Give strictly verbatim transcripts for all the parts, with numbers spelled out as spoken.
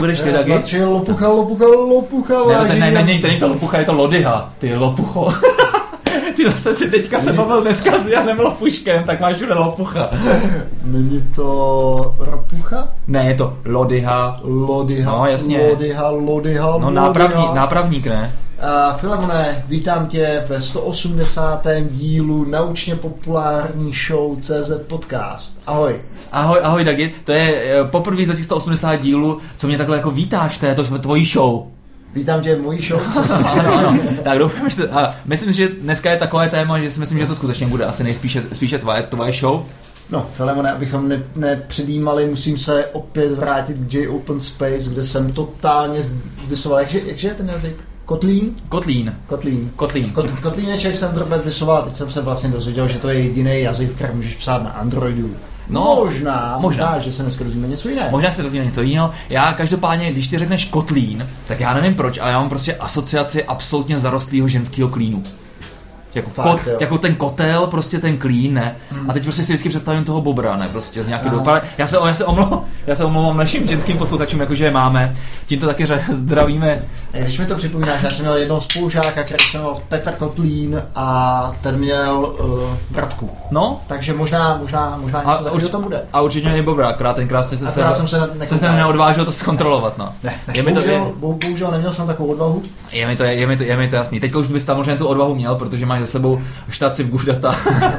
budeš ty, Dagi? Znači lopucha, lopucha, lopucha, vážení. Ne, ne, ne, to není to lopucha, je to lodyha, ty lopucho. Ty zase si teďka se bavil dneska s Janem Lopuškem, tak máš všude lopucha. Není to ropucha? Ne, je to lodyha. Lodyha, no, jasně. lodyha, lodyha, no, nápravní, nápravník, ne? Uh, Filemone, vítám tě ve sto osmdesátém dílu naučně populární show C Z Podcast. Ahoj. Ahoj, ahoj Dagi, to je poprvé za těch sto osmdesát dílů, co mě takhle jako vítáš, to je to tvojí show. Vítám tě v mojí show. ano, ano. Tak doufám, že to, a myslím, že dneska je takové téma, že si myslím, že to skutečně bude asi nejspíše spíše tvoje, tvoje show. No, Filemone, abychom ne, nepředjímali, musím se opět vrátit k J Open Space, kde jsem totálně zdisoval. Jakže, jakže je ten jazyk? Kotlín? Kotlín. Kotlín. Kotlín. Kot, Kotlíneček jsem vůbec zdisoval, teď jsem se vlastně dozvěděl, že to je jediný jazyk, který můžeš psát na Androidu. No, možná, možná, možná, že se dneska dozvíme něco jiného. Možná se dozvíme něco jiného. Já každopádně, když ty řekneš kotlín, tak já nevím proč, ale já mám prostě asociaci absolutně zarostlého ženského klínu. Jako, Fakt, kot, jako ten kotel, prostě ten klín, ne? Hmm. A teď prostě si vždycky představím toho bobra, ne? Prostě z nějaký dopad. Já se, já se omlouvám, já se omlouvám našim ženským posluchačům, jakože je máme. Tímto taky zdravíme. Když mi to připomínáš, já jsem měl jednoho spolužáka, který se jmenoval Petr Kotlín a ten měl uh, bratku. No. Takže možná, možná, možná něco takového tam bude. A určitě není bobra, akorát tenkrát se, se, jsem se, se, se neodvážil to zkontrolovat, no. Ne, je mi to, bohužel, je, bohužel neměl jsem takovou odvahu. Je mi to, je, je mi to, je mi to jasný. Teďka už bys tam možná tu odvahu měl, protože máš za sebou štáci v Goodata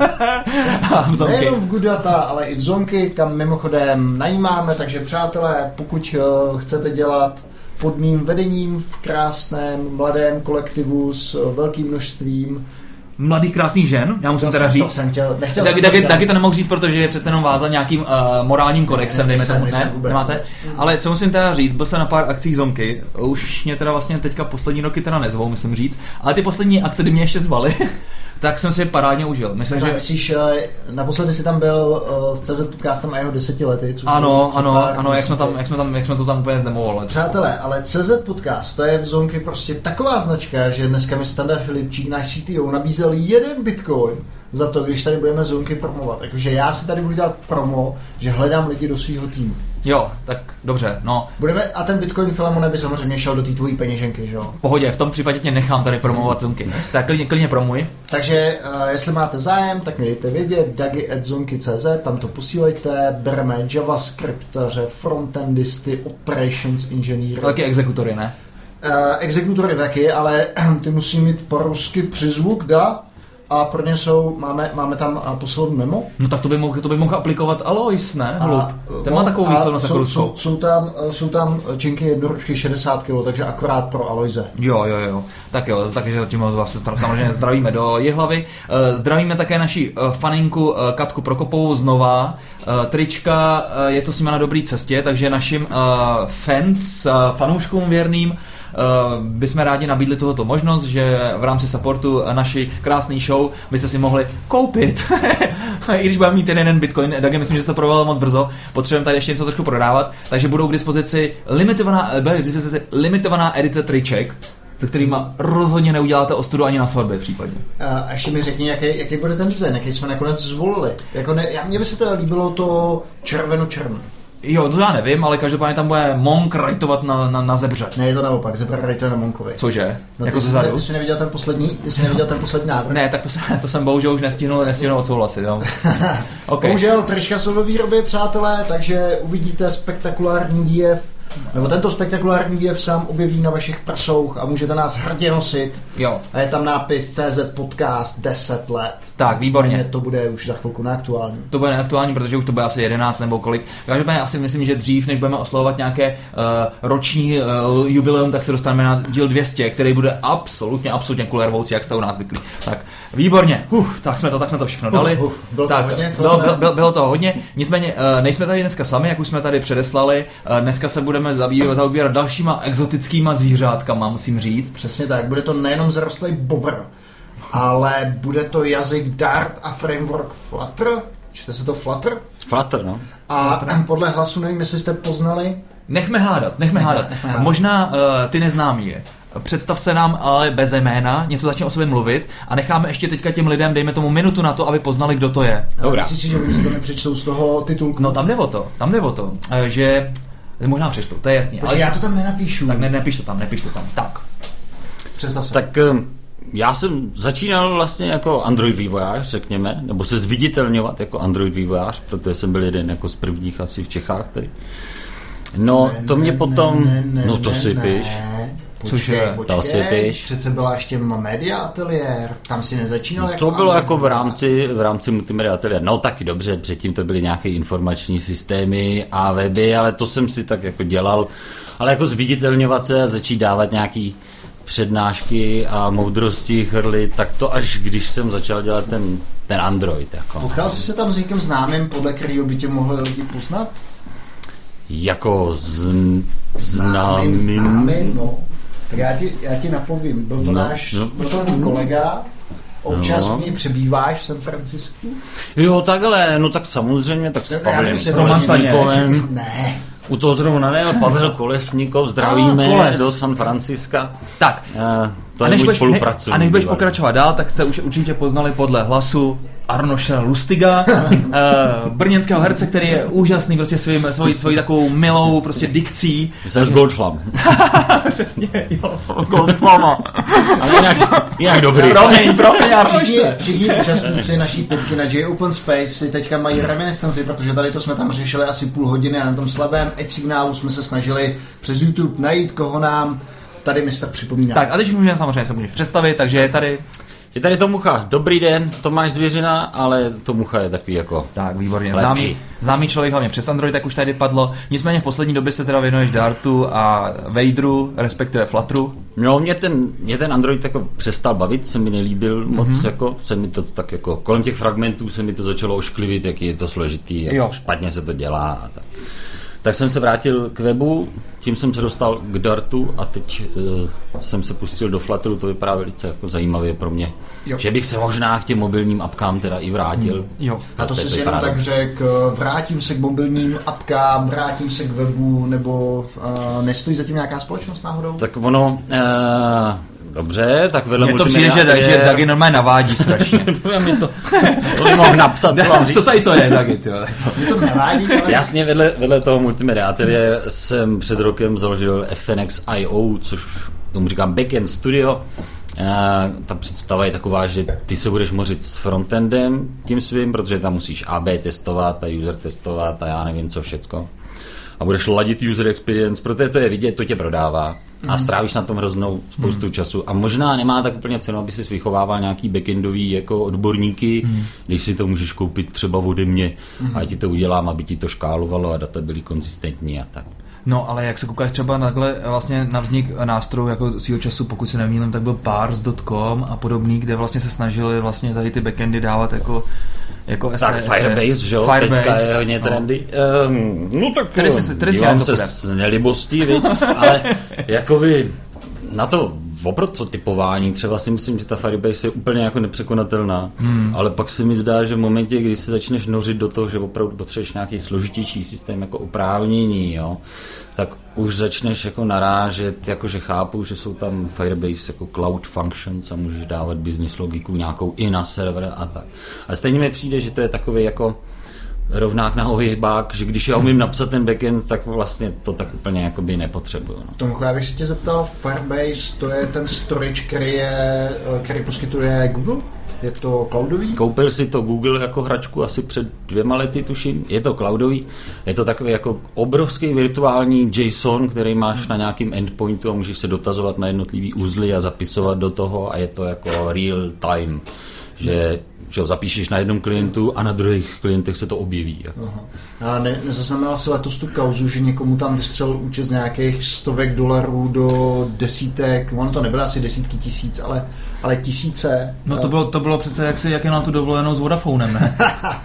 a v Zonky. Nejenom v Goodata, ale i v Zonky, kam mimochodem najímáme, takže přátelé, pokud uh, chcete dělat pod mým vedením v krásném mladém kolektivu s uh, velkým množstvím mladých krásných žen, já musím to teda jsem, říct. To jsem chtěl, nechtěl taky, jsem taky, taky to nemohl říct, protože je přece jenom vázan nějakým uh, morálním kodexem, dejme tomu, ne, nemáte. Ale co musím teda říct, byl jsem na pár akcích Zonky, už mě teda vlastně teďka poslední roky teda nezvou, musím říct, ale ty poslední akce, kdy mě ještě zvali, tak jsem si parádně užil. Myslím, takže že... myslíš, naposledy jsi tam byl uh, s C Z podcastem a jeho deseti lety. Což ano, ano, pár, ano, jak jsme, tam, jak, jsme tam, jak jsme to tam úplně zdemovali. Přátelé, ale C Z podcast, to je v Zonky prostě taková značka, že dneska mi Standa Filipčík, náš C T O, nabízel jeden bitcoin za to, když tady budeme Zonky promovat. Takže já si tady budu dělat promo, že hledám lidi do svého týmu. Jo, tak dobře, no. Budeme, a ten bitcoin, Filemone, by samozřejmě šel do té tvojí peněženky, že jo? V pohodě, v tom případě tě nechám tady promovat Zonky. Tak klidně, klidně promuj. Takže, uh, jestli máte zájem, tak mi dejte vědět, dagi at zonky tečka cz, tam to posílejte, bereme javascriptaře, frontendisty, operations engineer. Taky exekutory, ne? Uh, exekutory taky, ale ty musí mít po rusky přizvuk, da? A pro ně jsou, máme, máme tam poslední memo. No tak to by mohl, to by mohl aplikovat Alois, ne? A, ten má takovou výslednost jako ruskou. Jsou, jsou tam, jsou tam činky jednoručky šedesát kilo, takže akorát pro Aloise. Jo, jo, jo. Tak jo, takže tím zase samozřejmě zdravíme do Jihlavy. Zdravíme také naši faninku Katku Prokopovou znova. Trička, je to s nima na dobrý cestě, takže našim fans, fanouškům věrným, Uh, bychom rádi nabídli tohoto možnost, že v rámci supportu naší krásné show byste si mohli koupit, i když budeme mít ten jeden bitcoin, tak myslím, že se to prodalo moc brzo, potřebujeme tady ještě něco trošku prodávat, takže budou k dispozici limitovaná, k dispozici limitovaná edice triček, se kterýma rozhodně neuděláte ostudu ani na svatbě případně. A ještě mi řekni, jaký, jaký bude ten design, jaký jsme nakonec zvolili. Jako ne, mně by se teda líbilo to červeno-černo. Jo, to já nevím, ale každopádně tam bude Monk rajtovat na, na, na zebře. Ne, je to naopak, zebra rajtuje na Monkovi. Cože? No, jako ty, jsi, ty jsi neviděl ten poslední, ty jsi neviděl ten poslední návrh? Ne, tak to jsem, to jsem bohužel už nestihnul, nestihnul odsouhlasit. No. Okay. Bohužel, trička jsou ve výrobě, přátelé, takže uvidíte spektakulární výjev, nebo tento spektakulární výjev sám objeví na vašich prsouch a můžete nás hrdě nosit. Jo. A je tam nápis C Z Podcast deset let. Tak, výborně. To bude už za chvilku neaktuální. To bude neaktuální, protože už to bude asi jedenáct nebo kolik. Každopádně asi myslím, že dřív, než budeme oslavovat nějaké uh, roční uh, jubileum, tak se dostaneme na díl dvě stě, který bude absolutně, absolutně kulervoucí, jak jste u nás zvyklí. Tak, výborně. Uf, tak jsme to, tak jsme to všechno dali. Uf, uf, bylo tak, to hodně. Bylo, bylo, bylo, bylo to hodně. Nicméně uh, nejsme tady dneska sami, jak už jsme tady předeslali. Uh, dneska se budeme zabývat, zaobírat dalšíma exotickýma zvířátkama, musím říct. Přesně tak. Bude to nejenom zarostlý bobr, ale bude to jazyk Dart a framework Flutter. Čte se to Flutter? Flutter, no. A Flutter. Podle hlasu, nevím, jestli jste poznali. Nechme hádat, nechme hádat. Nechme hádat. Možná uh, ty neznámý je. Představ se nám ale bez jména, něco začne o sobě mluvit a necháme ještě teďka těm lidem, dejme tomu minutu na to, aby poznali, kdo to je. Dobrá. Myslíš si, že oni si to nepřečtou z toho titulku? No tam jde o to, tam jde o to, že Možná přečtu, to je jasný. Ale já to tam nenapíšu. Tak ne, nepiš to tam, nepiš to tam. Tak. Představ se. Tak já jsem začínal vlastně jako Android vývojář, řekněme, nebo se zviditelňovat jako Android vývojář, protože jsem byl jeden jako z prvních asi v Čechách tady. No, ne, to mě ne, potom, ne, ne, no to ne, si ne. piš. Počkej, počkej, to si piš. Přece byla ještě Media Ateliér, tam si nezačínal no, jako... To bylo jako v rámci, v rámci Multimedia Ateliér, no taky dobře, předtím to byly nějaké informační systémy a weby, ale to jsem si tak jako dělal, ale jako zviditelňovat se a začít dávat nějaký přednášky a moudrosti chrlit, tak to až když jsem začal dělat ten, ten Android. Jako. Potkal jsi se tam s někým známým, podle kterého by tě mohli lidi poznat? Jako z, známým... Známým, no. Tak já ti, já ti napovím, byl to no, náš, no, byl to můj kolega, občas no. u něj přebýváš v San Francisku? Jo, takhle, no tak samozřejmě, tak s Pavlem Kolesníkovem. Ne. U toho zrovna ne, Pavel Kolesníkov, zdravíme ah, do San Franciska. Tak. Uh, to je můj spolupracovník. A než budeš pokračovat dál, tak jste už určitě poznali podle hlasu Arnoša Lustiga, uh, brněnského herce, který je úžasný prostě svým, svojí, svojí takovou milou prostě dikcí. Jsi Goldflam. Přesně, jo. Goldflama. Ale jinak, jinak dobrý. Promiň, promiň, já všichni, všichni účastníci naší pitky na J Open Space si teďka mají reminiscenci, protože tady to jsme tam řešili asi půl hodiny a na tom slabém edge signálu jsme se snažili přes YouTube najít, koho nám tady mistr připomíná. Tak a teď už můžeme samozřejmě se můžeš představit, takže je tady... Je tady Tomucha. Dobrý den, Tomáš Zvěřina, ale Tomucha je takový jako... Tak, výborně. Známý, známý člověk hlavně přes Android, tak už tady padlo. Nicméně v poslední době se teda věnuješ Dartu a Vaderu, respektive Flutteru. No, mě ten, mě ten Android jako přestal bavit, se mi nelíbil moc, mm-hmm. jako, se mi to tak jako, kolem těch fragmentů se mi to začalo ošklivit, jaký je to složitý, jak špatně se to dělá a tak. Tak jsem se vrátil k webu, tím jsem se dostal k Dartu a teď uh, jsem se pustil do Flutteru, to vypadá velice jako zajímavě pro mě. Jo. Že bych se možná k těm mobilním apkám teda i vrátil. Hmm. Jo. A to, to si jenom tak řekl, vrátím se k mobilním apkám, vrátím se k webu, nebo uh, nestojí zatím nějaká společnost náhodou? Tak ono... Uh, Dobře, tak vedle mně to přijde, že, je... že Dagi normálně navádí strašně. mě to, to by mohl napsat, co vám říct. Co tady to je, Dagi? Mě to navádí, ale... Jasně, vedle, vedle toho Multimedia Ateliér jsem před rokem založil F N X I O, což tomu říkám Backend Studio. A ta představa je taková, že ty se budeš mořit s frontendem tím svým, protože tam musíš A B testovat a user testovat a já nevím co všecko. A budeš ladit user experience, protože to je vidět, to tě prodává. A strávíš na tom hroznou spoustu mm. času. A možná nemá tak úplně cenu, aby si vychovával nějaký backendový jako odborníky, mm. když si to můžeš koupit třeba ode mě mm. a ti to udělám, aby ti to škálovalo a data byly konzistentní a tak. No, ale jak se koukáš třeba takhle vlastně na vznik nástrojů jako svýho času, pokud se nemýlím, tak byl parse tečka com a podobný, kde vlastně se snažili vlastně tady ty backendy dávat jako jako tak S R S. Firebase, že jo, Firebase, teďka je hodně trendy. No, um, no tak tady si, tady dívám se s nelibostí, ale jakoby na to oprototypování třeba si myslím, že ta Firebase je úplně jako nepřekonatelná, hmm. ale pak se mi zdá, že v momentě, kdy se začneš nořit do toho, že opravdu potřebuješ nějaký složitější systém jako oprávnění, jo, tak už začneš jako narážet, jakože chápu, že jsou tam Firebase jako cloud functions a můžeš dávat business logiku nějakou i na server a tak. A stejně mi přijde, že to je takový jako rovnák na ohybák, že když já umím napsat ten backend, tak vlastně to tak úplně jakoby nepotřebuju. No. Tomku, já bych se tě zeptal, Firebase, to je ten storage, který, je, který poskytuje Google? Je to cloudový? Koupil si to Google jako hračku asi před dvěma lety, tuším. Je to cloudový. Je to takový jako obrovský virtuální JSON, který máš na nějakým endpointu a můžeš se dotazovat na jednotlivý uzly a zapisovat do toho a je to jako real time. Že, že ho zapíšeš na jednom klientu a na druhých klientech se to objeví. Jako. A ne, nezaznamenal si letos tu kauzu, že někomu tam vystřelil účet z nějakých stovek dolarů do desítek, ono to nebyly asi desítky tisíc, ale, ale tisíce. No to bylo, to bylo přece jak, si, jak je na tu dovolenou s Vodafonem, ne?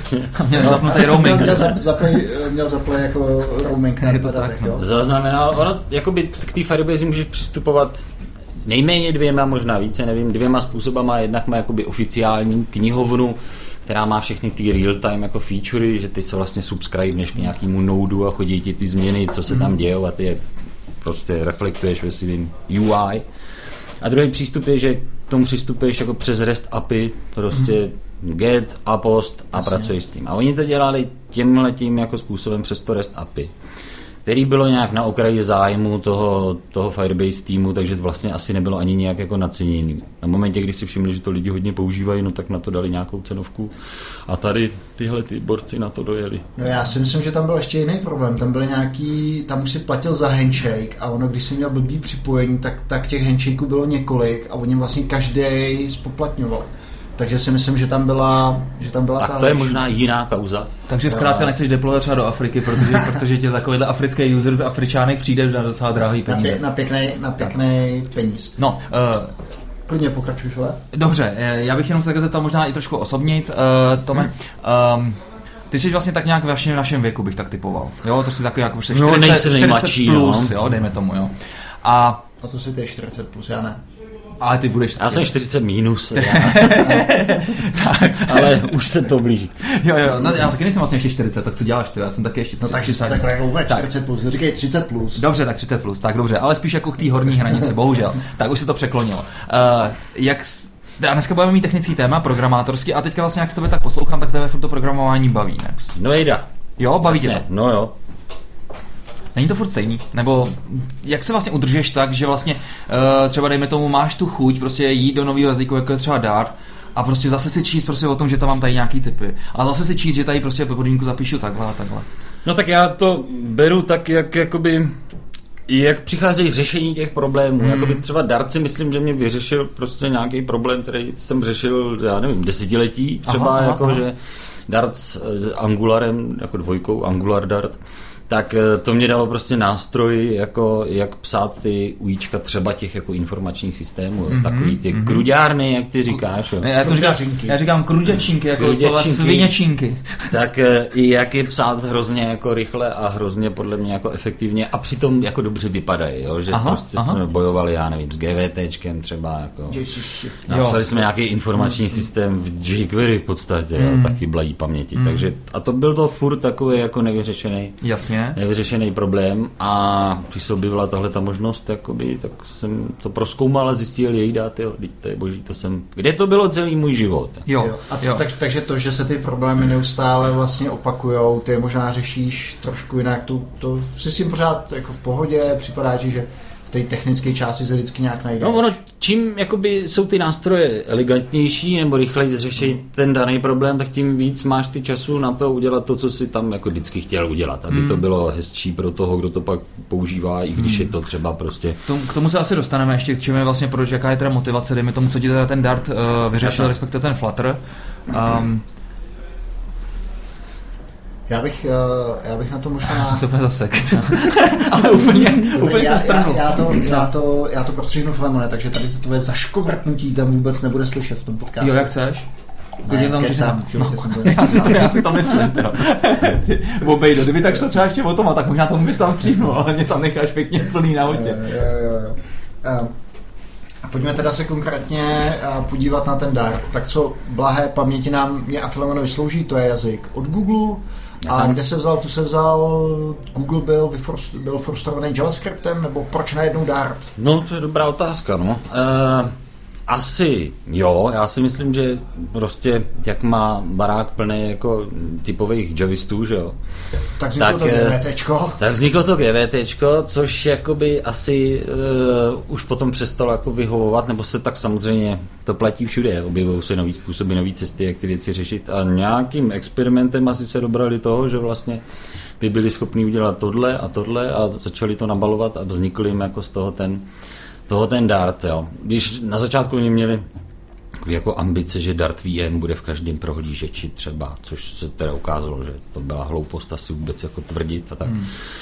Měl zapnutý roaming. Měl, měl, zaplay, měl zaplay jako roaming na datech, no. Zaznamenal, ono jakoby k té Firebase můžeš přistupovat nejméně dvěma, možná více, nevím, dvěma způsobama. Jednak má jakoby oficiální knihovnu, která má všechny ty real-time jako featurey, že ty se vlastně subscribeš k nějakému nodu a chodí ti ty změny, co se tam dějou a ty je prostě reflektuješ ve svým U I. A druhý přístup je, že k tomu přistupuješ jako přes REST A P I, prostě get a post a Jasně. pracuješ s tím. A oni to dělali tímhletím jako způsobem přes to REST A P I, který bylo nějak na okraji zájmu toho, toho Firebase týmu, takže vlastně asi nebylo ani nějak jako naceněný. Na momentě, kdy si všimli, že to lidi hodně používají, no tak na to dali nějakou cenovku a tady tyhle ty borci na to dojeli. No já si myslím, že tam byl ještě jiný problém. Tam byl nějaký, tam už si platil za handshake a ono, když si měl blbý připojení, tak, tak těch handshakeů bylo několik a oni vlastně každý spoplatňoval. Takže si myslím, že tam byla, že tam byla tak ta to je lepší. možná jiná kauza. Takže zkrátka nechceš deployovat třeba do Afriky, protože, protože tě takovýhle africký user, Afričánek přijde na docela drahý Na, peníze. pě, na pěkný, na pěkný peníz. No, uh, Klidně pokračuj, File. dobře, já bych jenom se tak zeptal možná i trošku osobnic. Uh, Tome, um, ty jsi vlastně tak nějak vlastně v našem věku, bych tak typoval. Jo, to jsi takový jako čtyřicet, no, nejsem nejmladší, čtyřicet plus, no. jo, dejme tomu, jo. A A to si ty čtyřicet plus, já ne. ale ty budeš... Já jsem čtyřicet minus, ale už se to blíží. Jo, jo, no, já taky nejsem vlastně ještě čtyřicet, tak co děláš ty? Já jsem taky ještě No takže třicet. takhle jako vůbec čtyřicet plus, říkej třicet plus. Dobře, tak třicet plus, tak dobře, ale spíš jako k té horní hranici, bohužel. Tak už se to překlonilo. Uh, jak s... A dneska budeme mít technický téma, programátorský, a teďka vlastně jak se tebe tak poslouchám, tak tebe furt to programování baví, ne? No jejda. Jo, baví tě to? No jo. Není to furt stejný? Nebo jak se vlastně udržeš tak, že vlastně uh, třeba dejme tomu máš tu chuť prostě jít do nového jazyku, jako je třeba Dart, a prostě zase si číst prostě o tom, že tam mám tady nějaký typy. A zase si číst, že tady prostě po podmínku zapíšu takhle a takhle. No tak já to beru tak, jak jakoby jak přicházejí řešení těch problémů. Hmm. Jakoby třeba Dart si myslím, že mě vyřešil prostě nějaký problém, který jsem řešil, já nevím, desetiletí třeba, aha, jako aha. Že Dart s Angularem, jako dvojkou, Angular Dart, tak to mě dalo prostě nástroj, jako jak psát ty ujíčka třeba těch jako informačních systémů, mm-hmm, takový ty mm-hmm. kruďárny, jak ty říkáš. Jo. Já, to říkám, já říkám kruďačinky, jako slova sviněčinky. Tak i jak je psát hrozně jako rychle a hrozně podle mě jako efektivně a přitom jako dobře vypadají, jo, že aha, prostě aha. jsme bojovali, já nevím, s GVTčkem třeba, jako. Napsali jsme nějaký informační mm. systém v jQuery v podstatě, mm. jo, taky blají paměti, mm. takže a to byl to furt takový jako nevyřešený. Jasně. Nevyřešený problém a když se objevila tahle ta možnost, jakoby, tak jsem to prozkoumal a zjistil, jej dát, jo, to je boží, to jsem, kde to bylo celý můj život. Jo. Jo. A jo. Tak, takže to, že se ty problémy neustále vlastně opakujou, ty je možná řešíš trošku jinak, to, to si s tím pořád jako v pohodě, připadá, že v té technické části se vždycky nějak najdeš. No ono, čím jakoby jsou ty nástroje elegantnější nebo rychleji řešit mm. ten daný problém, tak tím víc máš ty času na to udělat to, co si tam jako vždycky chtěl udělat, aby mm. to bylo hezčí pro toho, kdo to pak používá, i když mm. je to třeba prostě... K tomu se asi dostaneme ještě, k čemu je vlastně, proč, jaká je teda motivace, dejme tomu, co ti teda ten Dart uh, vyřešil, Aha. respektive ten Flutter. Um, Já bych, já bych na to možná... Já jsem se úplně zasekt. Ale úplně, úplně já, se strhnul. Já, já, to, já, to, já to prostříhnu Filemone, takže tady to tvoje zaškovrtnutí tam vůbec nebude slyšet v tom podcastu. Jo, jak chceš? Ne, tam kecám, no, já, si to, já si to myslím, jo. Ty, obejdo, kdyby tak šlo třeba ještě o tom, tak možná tomu bys tam stříhnul, ale mě tam necháš pěkně plný na autě. Jo, jo, jo. Um, Pojďme teda se konkrétně podívat na ten Dart. Tak co blahé paměti nám mě a Filemonovi slouží, to je jazyk od Google. A kde se vzal, tu se vzal, Google byl, vyfrost, byl frustrovaný JavaScriptem, nebo proč najednou Dart? No, to je dobrá otázka, no. Uh, asi jo, já si myslím, že prostě jak má barák plný jako typových javistů, že jo. Tak vzniklo tak, to GVTčko. Tak vzniklo to GVTčko, což jakoby asi uh, už potom přestalo jako vyhovovat, nebo se tak samozřejmě, to platí všude, objevují se nový způsoby, nový cesty, jak ty věci řešit a nějakým experimentem asi se dobrali toho, že vlastně by byli schopni udělat tohle a tohle a začali to nabalovat a vznikl jim jako z toho ten toho ten Dart, jo. Když na začátku oni měli jako ambice, že Dart V M bude v každém prohlížeči třeba, což se teda ukázalo, že to byla hloupost asi vůbec jako tvrdit a tak. Hmm.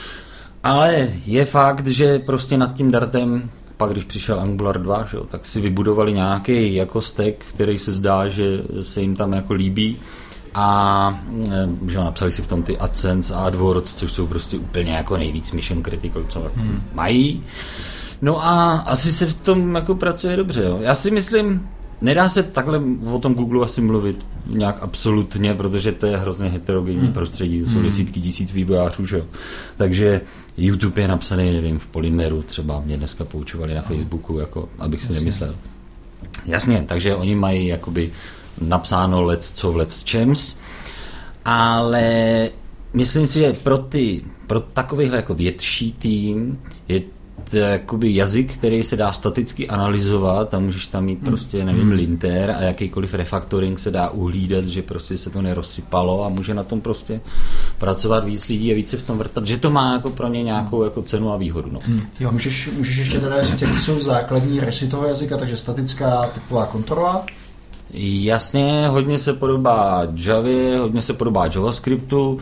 Ale je fakt, že prostě nad tím Dartem, pak když přišel Angular dva, že, tak si vybudovali nějaký jako stack, který se zdá, že se jim tam jako líbí a že napsali si v tom ty AdSense a AdWords, což jsou prostě úplně jako nejvíc mission critical, co hmm. mají. No a asi se v tom jako pracuje dobře, jo. Já si myslím, nedá se takhle o tom Google asi mluvit nějak absolutně, protože to je hrozně heterogenní hmm. prostředí, to jsou hmm. desítky tisíc vývojářů, že jo. Takže YouTube je napsaný, nevím, v Polymeru, třeba mě dneska poučovali na Facebooku, jako, abych si nemyslel. Jasně, takže oni mají jakoby napsáno let's co v let's čems, ale myslím si, že pro ty, pro takovýhle jako větší tým je to jakoby jazyk, který se dá staticky analyzovat a můžeš tam mít prostě, nevím, linter a jakýkoliv refactoring se dá uhlídat, že prostě se to nerozsypalo a může na tom prostě pracovat víc lidí a více v tom vrtat, že to má jako pro ně nějakou jako cenu a výhodu. No. Hmm. Jo, můžeš, můžeš ještě teda říct, jaký jsou základní rysy toho jazyka, takže statická typová kontrola? Jasně, hodně se podobá Javě, hodně se podobá JavaScriptu.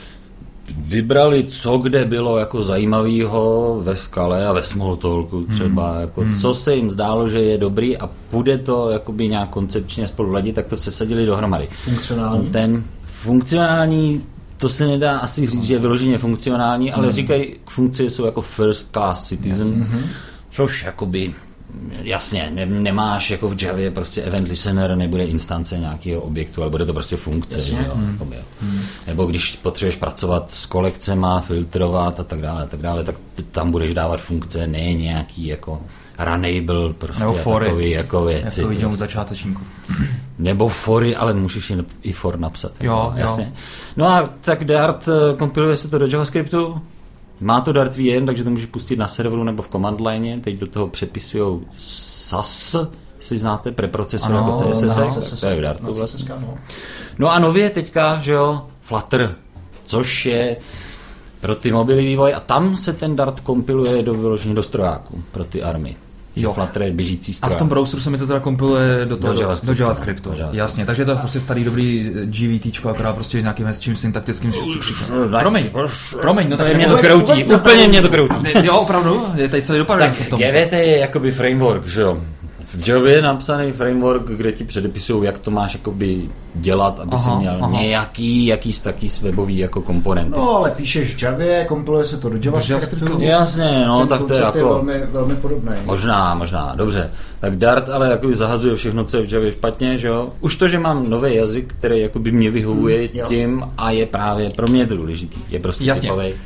Vybrali, co kde bylo jako zajímavého ve skale a ve Smalltalku třeba, hmm. jako hmm. co se jim zdálo, že je dobrý a bude to jakoby nějak koncepčně spolu ladit, tak to se sadili dohromady. Funkcionální? Ten funkcionální, to se nedá asi říct, že je vyloženě funkcionální, ale hmm. říkají, k funkci jsou jako first class citizen, hmm. což jakoby jasně, ne, nemáš jako v Javě prostě event listener, nebude instance nějakého objektu, ale bude to prostě funkce. Jo, hmm. jako, jo. Hmm. Nebo když potřebuješ pracovat s kolekcema, filtrovat a tak dále, a tak dále, tak tam budeš dávat funkce, ne nějaký jako runnable prostě takový jako věci. Jak to vidím u začátečníku. Nebo fory, ale můžeš i for napsat. Jo, jako, jasně. No a tak Dart, kompiluje se to do JavaScriptu, má to Dart V M, takže to může pustit na serveru nebo v command line. Teď do toho přepisujou S A S, jestli znáte, preprocesor jako C S S, no, to je v Dartu vlastně. No. no a nově teďka, že jo, Flutter, což je pro ty mobily vývoj a tam se ten Dart kompiluje do vyložení do strojáku pro ty army. Jo. Flutter je běžící stroj. A v tom browseru se mi to teda kompiluje do, toho, do JavaScriptu. Do JavaScriptu. Do JavaScriptu. Jasně, takže to je prostě starý dobrý G V T, akorát prostě s nějakým hezčím syntaktickým šušíkem. Promiň, promiň, no tak mě to kroutí, úplně mě to kroutí. Jo, opravdu, je tady celý dopad. Tak G V T je jakoby framework, že jo. V Javě je napsaný framework, kde ti předepisují, jak to máš jakoby dělat, aby aha, si měl aha. nějaký, jaký taký webový jako komponenty. No, ale píšeš v Javě, kompiluje se to do JavaScriptu. Jasně, no, ten tak to je jako... je velmi, velmi podobný. Možná, možná, dobře. Tak Dart ale jakoby zahazuje všechno, co je v Javě špatně, že jo. Už to, že mám nový jazyk, který jakoby mě vyhovuje hmm, tím a je právě pro mě to důležitý, je prostě jasně. typovej.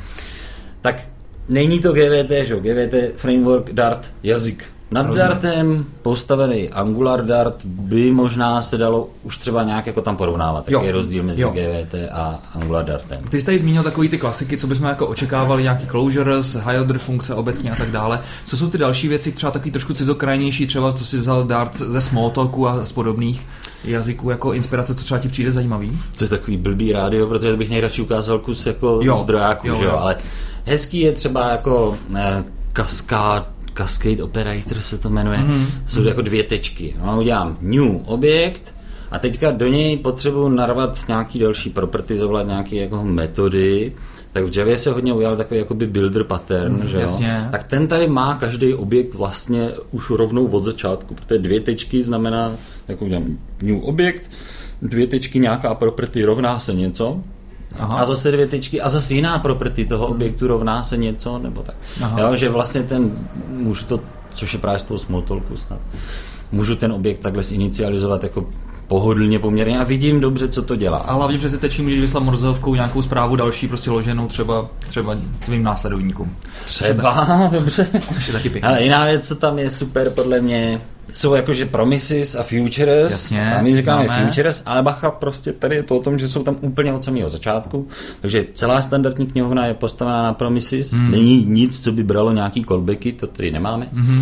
Tak není to G V T, že jo, G V T, framework, Dart, jazyk. Nad Rozumím. Dartem postavený Angular Dart by možná se dalo už třeba nějak jako tam porovnávat. Jaký je rozdíl mezi jo. G V T a Angular Dartem. Ty jsi tady zmínil takový ty klasiky, co bychom jako očekávali, nějaký closures, high order funkce obecně a tak dále. Co jsou ty další věci, třeba takový trošku cizokrajnější, třeba co si vzal Dart ze Smalltalku a z podobných jazyků jako inspirace, co třeba ti přijde zajímavý? Co je takový blbý rádio, protože bych nejradši ukázal kus jako zdrojáků, že jo, ale hezký je třeba jako eh, Cascade Cascade Operator se to jmenuje, mm-hmm. jsou jako dvě tečky. No, udělám new objekt a teďka do něj potřebuji narvat nějaký další property, zavolat nějaké jako metody. Tak v Javě se hodně ujal takový jakoby builder pattern, mm, že jo? Tak ten tady má každý objekt vlastně už rovnou od začátku, protože dvě tečky znamená, jako udělám new objekt, dvě tečky nějaká property rovná se něco. Aha. A zase dvě tečky a zase jiná property toho objektu rovná se něco, nebo tak. Jo, že vlastně ten, můžu to, což je právě z toho Smalltalku snad, můžu ten objekt takhle zinicializovat jako pohodlně poměrně a vidím dobře, co to dělá. A hlavně přes tečky můžeš vyslat morzovkou nějakou zprávu další, prostě loženou třeba, třeba tvým následovníkům. Třeba, dobře. Což je taky pěkný. Ale jiná věc, co tam je super podle mě, jsou jakože promises a futures. Jasně, a my říkáme známe. Futures, ale bacha, prostě tady je to o tom, že jsou tam úplně od samého začátku. Takže celá standardní knihovna je postavená na promises. Hmm. Není nic, co by bralo nějaký callbacky, to tady nemáme. Hmm.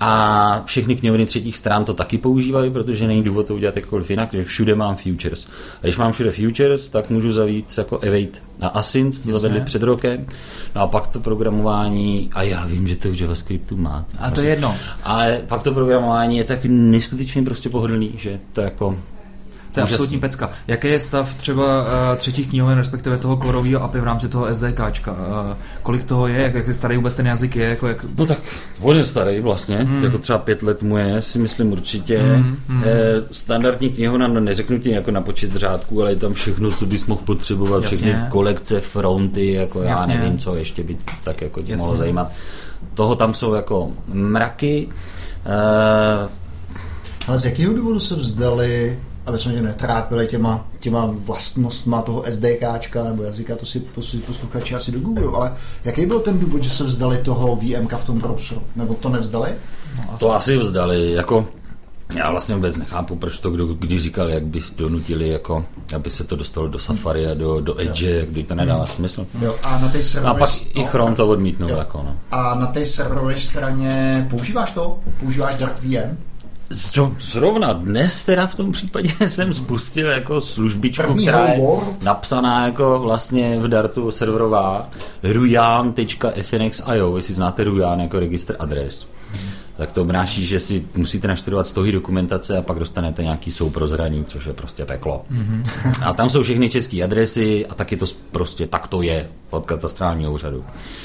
A všechny knihovny třetích stran to taky používají, protože není důvod to udělat jakkoliv jinak, že všude mám futures. A když mám všude futures, tak můžu zavít jako await a async, to zavedli před rokem. No a pak to programování, a já vím, že to v JavaScriptu má. A to je jedno. Ale pak to programování je tak neskutečně prostě pohodlný, že to jako... To je absolutní pecka. Jaký je stav třeba uh, třetích knihoven, respektive toho korového A P I v rámci toho SDKčka? Uh, kolik toho je? Jak, jak starý vůbec ten jazyk je? Jako jak... No tak, on je starý vlastně, hmm. jako třeba pět let mu je, si myslím určitě. Hmm. Hmm. Eh, standardní knihovna, no neřeknu ti jako na počet řádků, ale je tam všechno, co bys mohl potřebovat, jasně. Všechny kolekce, fronty, jako jasně. Já nevím, co ještě by tak jako tě mohlo zajímat. Toho tam jsou jako mraky. Eh, ale z jakého důvodu se vzdali, aby jsme tě netrápili těma, těma vlastnostma toho SDKčka nebo jazyka, to si posluchači asi do Google, ale jaký byl ten důvod, že se vzdali toho VMka v tom browseru? Nebo to nevzdali? No, to asi vzdali, jako Já vlastně vůbec nechápu, proč to kdo kdy říkal, jak by donutili, jako, aby se to dostalo do Safari a do, do Edge, kdy to nedává smysl. Jo, a na té serverové... A pak i Chrome to odmítnul. Jako, no. A na té serverové straně používáš to? Používáš DarkVM? Zrovna dnes teda v tom případě jsem spustil jako službičku, První která je World. napsaná jako vlastně v Dartu serverová rujan tečka f n x tečka i o, jestli znáte Rujan jako registr adres. Tak to obnáší, že si musíte naštudovat stohy dokumentace a pak dostanete nějaký souprozraní, což je prostě peklo. Mm-hmm. A tam jsou všechny české adresy a taky to prostě tak to je od katastrálního úřadu.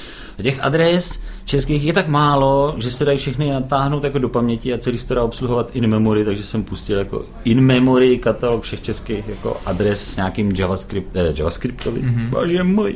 A těch adres českých je tak málo, že se dají všechny natáhnout jako do paměti a celý se to dá obsluhovat in memory, takže jsem pustil jako in memory katalog všech českých jako adres s nějakým JavaScript, eh, JavaScriptovým, mm-hmm. bože můj,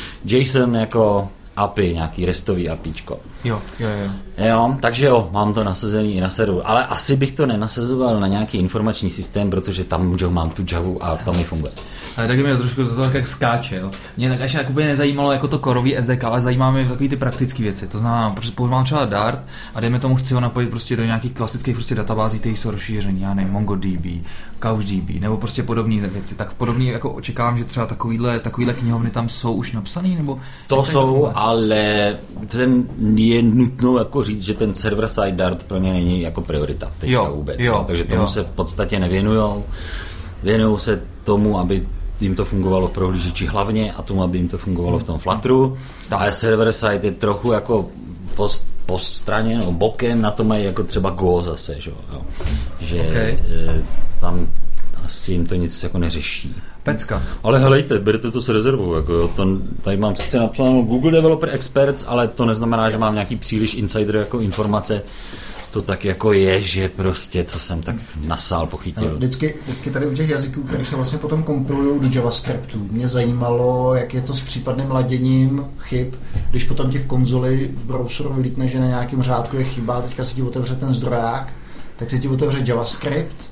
JSON jako A P I, nějaký restový APIčko. Jo, jo, jo. Jo, takže jo, mám to nasazený i na serveru, ale asi bych to nenasazoval na nějaký informační systém, protože tam že mám tu Javu a to mi funguje. Ale taky mě trošku to tak jak skáče, jo. Mě tak až jakoby nezajímalo jako to korový S D K, ale zajímá mě takový ty praktické věci. To znamená, protože používám třeba Dart a dejme tomu, chci ho napojit prostě do nějakých klasických prostě databází, které jsou rozšířený, já nevím, MongoDB, CouchDB nebo prostě podobné věci. Tak podobný jako očekávám, že třeba takovýhle, takovýhle knihovny tam jsou už napsaný, nebo to jsou, ale ten je nutno jako říct, že ten server-side Dart pro ně není jako priorita teďka vůbec. Jo, takže tomu jo. se v podstatě nevěnujou. Věnují se tomu, aby jim to fungovalo v prohlížeči hlavně a tomu, aby jim to fungovalo v tom Flutteru. Ale server-side je trochu jako post, post straně, no, bokem, na to mají jako třeba Go zase, že, jo? že okay. e, tam asi jim to nic jako neřeší. Pecka. Ale helejte, berte to s rezervou. Jako jo, to, tady mám sice napsáno Google Developer Experts, ale to neznamená, že mám nějaký příliš insider jako informace. To tak jako je, že prostě, co jsem tak nasál, pochytil. No, vždycky, vždycky tady u těch jazyků, které se vlastně potom kompilují do JavaScriptu, mě zajímalo, jak je to s případným laděním chyb, když potom ti v konzoli v browseru vylítne, že na nějakém řádku je chyba, teďka se ti otevře ten zdroják, tak se ti otevře JavaScript.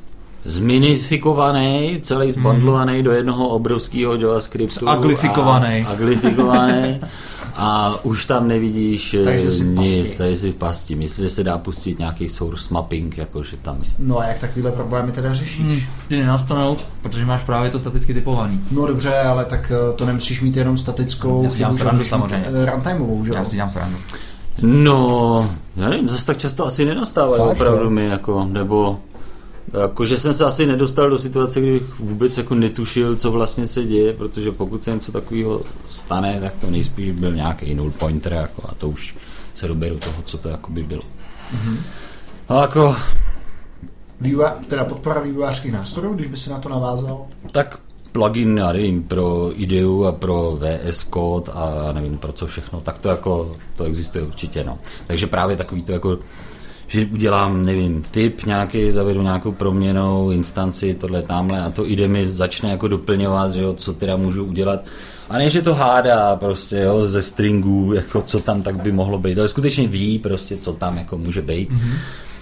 Zminifikovaný, celý zbundlovaný hmm. do jednoho obrovského JavaScriptu. Aglifikovaný. Aglifikovaný. A už tam nevidíš takže nic, tady si v pasti. Myslím, že se dá pustit nějaký source mapping, jakože tam je. No a jak takovýhle problémy teda řešíš? Hmm. Ty nenastanou, protože máš právě to staticky typovaný. No dobře, ale tak to nemusíš mít jenom statickou. Já si dělám srandu samozřejmě. Runtimeovou, že? Já si dělám srandu. No, já nevím, zase tak často asi nenastávají opravdu mi, jako, nebo... Jakože jsem se asi nedostal do situace, kdybych vůbec jako netušil, co vlastně se děje, protože pokud se něco takového stane, tak to nejspíš byl nějaký null pointer jako, a to už se doberu toho, co to jako by bylo. Mm-hmm. No jako... Vývoj, teda podpora vývojářských nástrojů, když by se na to navázal? Tak plugin, já nevím, pro ideu a pro V S Code a nevím pro co všechno, tak to jako, to existuje určitě, no. Takže právě takový to jako... že udělám, nevím, typ nějaký, zavedu nějakou proměnou, instanci, tohle tamhle a to ide mi začne jako doplňovat, že jo, co teda můžu udělat. A ne, že to hádá prostě, jo, ze stringů, jako co tam tak by mohlo být, ale skutečně ví prostě, co tam jako může být. Mm-hmm.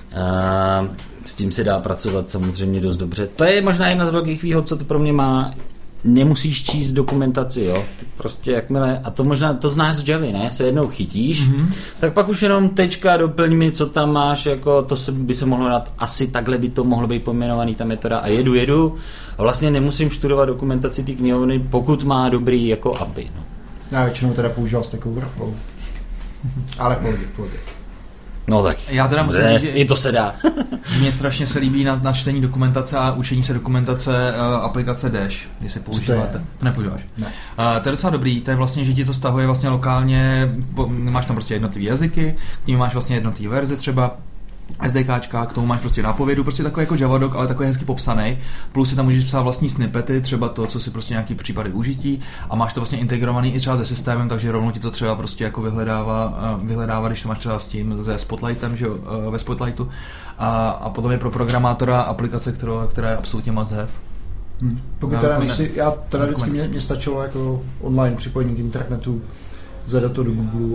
A s tím se dá pracovat samozřejmě dost dobře. To je možná jedna z velkých výhod, co to pro mě má. Nemusíš číst dokumentaci, jo. Ty prostě jakmile, a to možná, to znáš z Javy, ne? Se jednou chytíš, mm-hmm. tak pak už jenom tečka, doplň mi, co tam máš, jako to se, by se mohlo dát, asi takhle by to mohlo být pojmenovaný ta metoda a jedu, jedu a vlastně nemusím studovat dokumentaci té knihovny, pokud má dobrý jako A P I, no. Já většinou teda používal Stack Overflow, ale v pohodě, v pohodě. No tak, já teda musím ne, říct, že i to se dá. Mně strašně se líbí na, na čtení dokumentace a učení se dokumentace uh, aplikace Dash, když se používáte. To, to nepoužíváš. Ne. Uh, to je docela dobrý, to je vlastně, že ti to stahuje vlastně lokálně, máš tam prostě jednotlivý jazyky, k ním máš vlastně jednotlivý verze třeba, SDKčka, k tomu máš prostě nápovědu, prostě takový jako Javadoc, ale takový hezky popsaný, plus si tam můžeš psát vlastní snippety, třeba to, co si prostě nějaký případy užití a máš to vlastně integrovaný i třeba se systémem, takže rovnou ti to třeba prostě jako vyhledává, vyhledává, když to máš třeba s tím, se Spotlightem, že jo, ve Spotlightu a, a potom je pro programátora aplikace, která, která je absolutně must have. Hmm. Pokud já, teda nejsi, já teda vždycky mě, mě stačilo jako online připojení k internetu, zadat to do Google a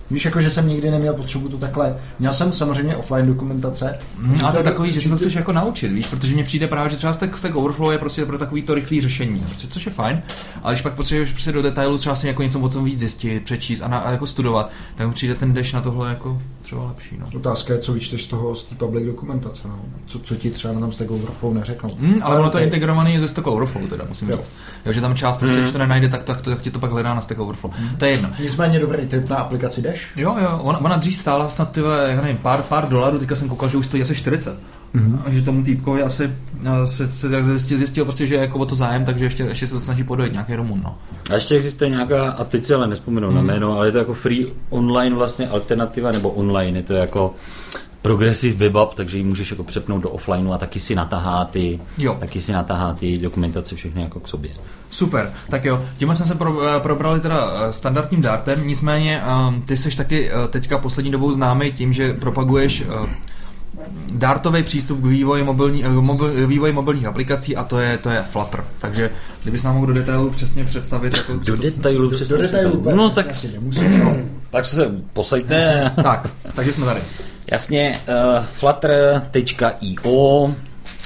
Víš, jako, že jsem nikdy neměl potřebu to takhle. Měl jsem samozřejmě offline dokumentace. Hmm, a to je takový, že si to chceš jako naučit, víš, protože mně přijde právě, že třeba Stack, Stack Overflow je prostě pro takový to rychlý řešení, prostě, což je fajn, ale když pak potřebuješ prostě do detailu třeba si jako něco o tom víc zjistit, přečíst a, na, a jako studovat, tak mi přijde ten dash na tohle jako třeba lepší. No. Otázka je, co vyčteš z toho z té public dokumentace, no. Co, co ti třeba na tom Stack Overflow neřeknou. Hmm, ale, ale ono to je integrovaný ze Stack Overflow, teda musím říct. Takže tam část prostě, hmm. když to nenajde, tak, tak, to, tak ti to pak hledá na Stack Overflow. Hmm. To je jedno. Nicméně dobrý tip na aplikaci Dash. Jo, jo, ona, ona dřív stála snad tyhle, já nevím, pár, pár dolarů, teďka jsem koukal, že už stojí asi čtyřicet. Mm-hmm. A že tomu týpkovi asi se, se tak zjistil, zjistil prostě, že je jako o to zájem, takže ještě, ještě se to snaží podojit nějaký Rumun, no. A ještě existuje nějaká, a teď se ale nespomenu mm. na jméno, ale je to jako free online vlastně alternativa, nebo online, je to jako progressive web app, takže ji můžeš jako přepnout do offlineu a taky si natahá ty, jo. taky si natahá ty dokumentace všechny jako k sobě. Super, tak jo, tímhle jsme se pro, probrali teda standardním dartem, nicméně um, ty jsi taky uh, teďka poslední dobou známý tím, že propaguješ uh, dartový přístup k vývoji, mobilní, mobil, vývoji mobilních aplikací a to je, to je Flutter. Takže kdybys nám mohl do detailu přesně představit. Jako, do detailu přesně. Do detailu, no tak, no, tak se posaďte. tak, takže jsme tady. Jasně, uh, flutter tečka io uh,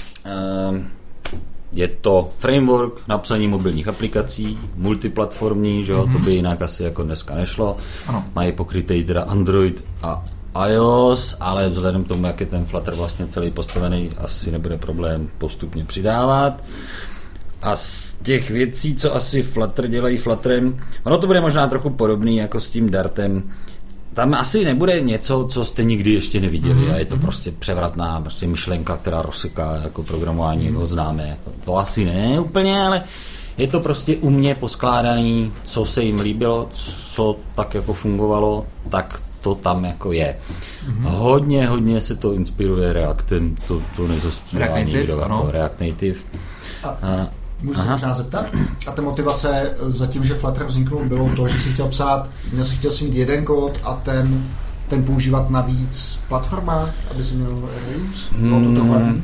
je to framework na psaní mobilních aplikací, multiplatformní, že jo, mm-hmm. to by jinak asi jako dneska nešlo. Ano. Mají pokrytej teda Android a iOS, ale vzhledem k tomu, jak je ten Flutter vlastně celý postavený, asi nebude problém postupně přidávat. A z těch věcí, co asi Flutter dělají Flutterem, ono to bude možná trochu podobný jako s tím Dartem. Tam asi nebude něco, co jste nikdy ještě neviděli mm-hmm. a je to prostě převratná prostě myšlenka, která rozseká jako programování, mm-hmm. jako známe. To asi ne úplně, ale je to prostě umě poskládaný, co se jim líbilo, co tak jako fungovalo, tak to tam jako je. Mm-hmm. Hodně, hodně se to inspiruje Reactem, to, to nezastírá React nikdo, Native, jako React Native. A, a, můžu se možná zeptat? A ta motivace za tím, že Flutter vzniknul, bylo to, že si chtěl psát, měl si chtěl si mít jeden kód a ten, ten používat na víc platformách, aby si měl reuse? Bylo to tohle?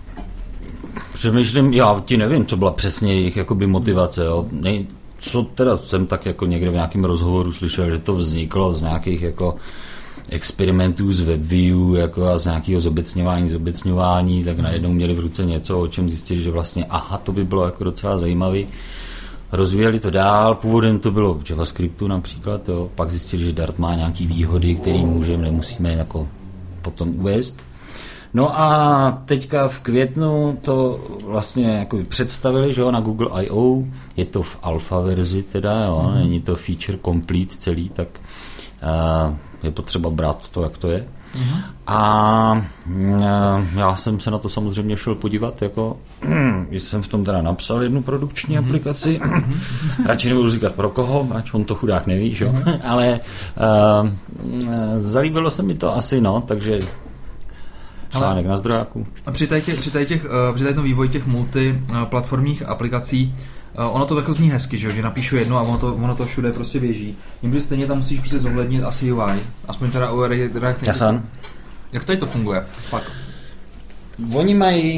Přemýšlím, já ti nevím, co byla přesně jejich jakoby motivace, jo. Nej, co teda jsem tak jako někde v nějakém rozhovoru slyšel, že to vzniklo z nějakých jako experimentů z WebView jako a z nějakého zobecňování, zobecňování, tak najednou měli v ruce něco, o čem zjistili, že vlastně aha, to by bylo jako docela zajímavý. Rozvíjeli to dál, původem to bylo v JavaScriptu například, jo. Pak zjistili, že Dart má nějaký výhody, které můžeme, nemusíme jako potom uvést. No a teďka v květnu to vlastně jako představili, že jo, na Google I O, je to v alfa verzi teda, jo, mm. není to feature complete celý, tak uh, je potřeba brát to, jak to je. Mm. A uh, já jsem se na to samozřejmě šel podívat, jako, jsem v tom teda napsal jednu produkční mm. aplikaci, radši nebudu říkat pro koho, ať on to chudák neví, že jo, mm. ale uh, zalíbilo se mi to asi, no, takže článek na zdrojáku. A při tady těch, při tady těch, při tady vývoji těch multiplatformních aplikací, ono to jako zní hezky, že, že napíšu jedno a ono to, ono to všude prostě běží. Jimže stejně tam musíš prostě zohlednit asi U I. Aspoň teda u React Native. Jasně. Jak tady to funguje? Fakt. Oni mají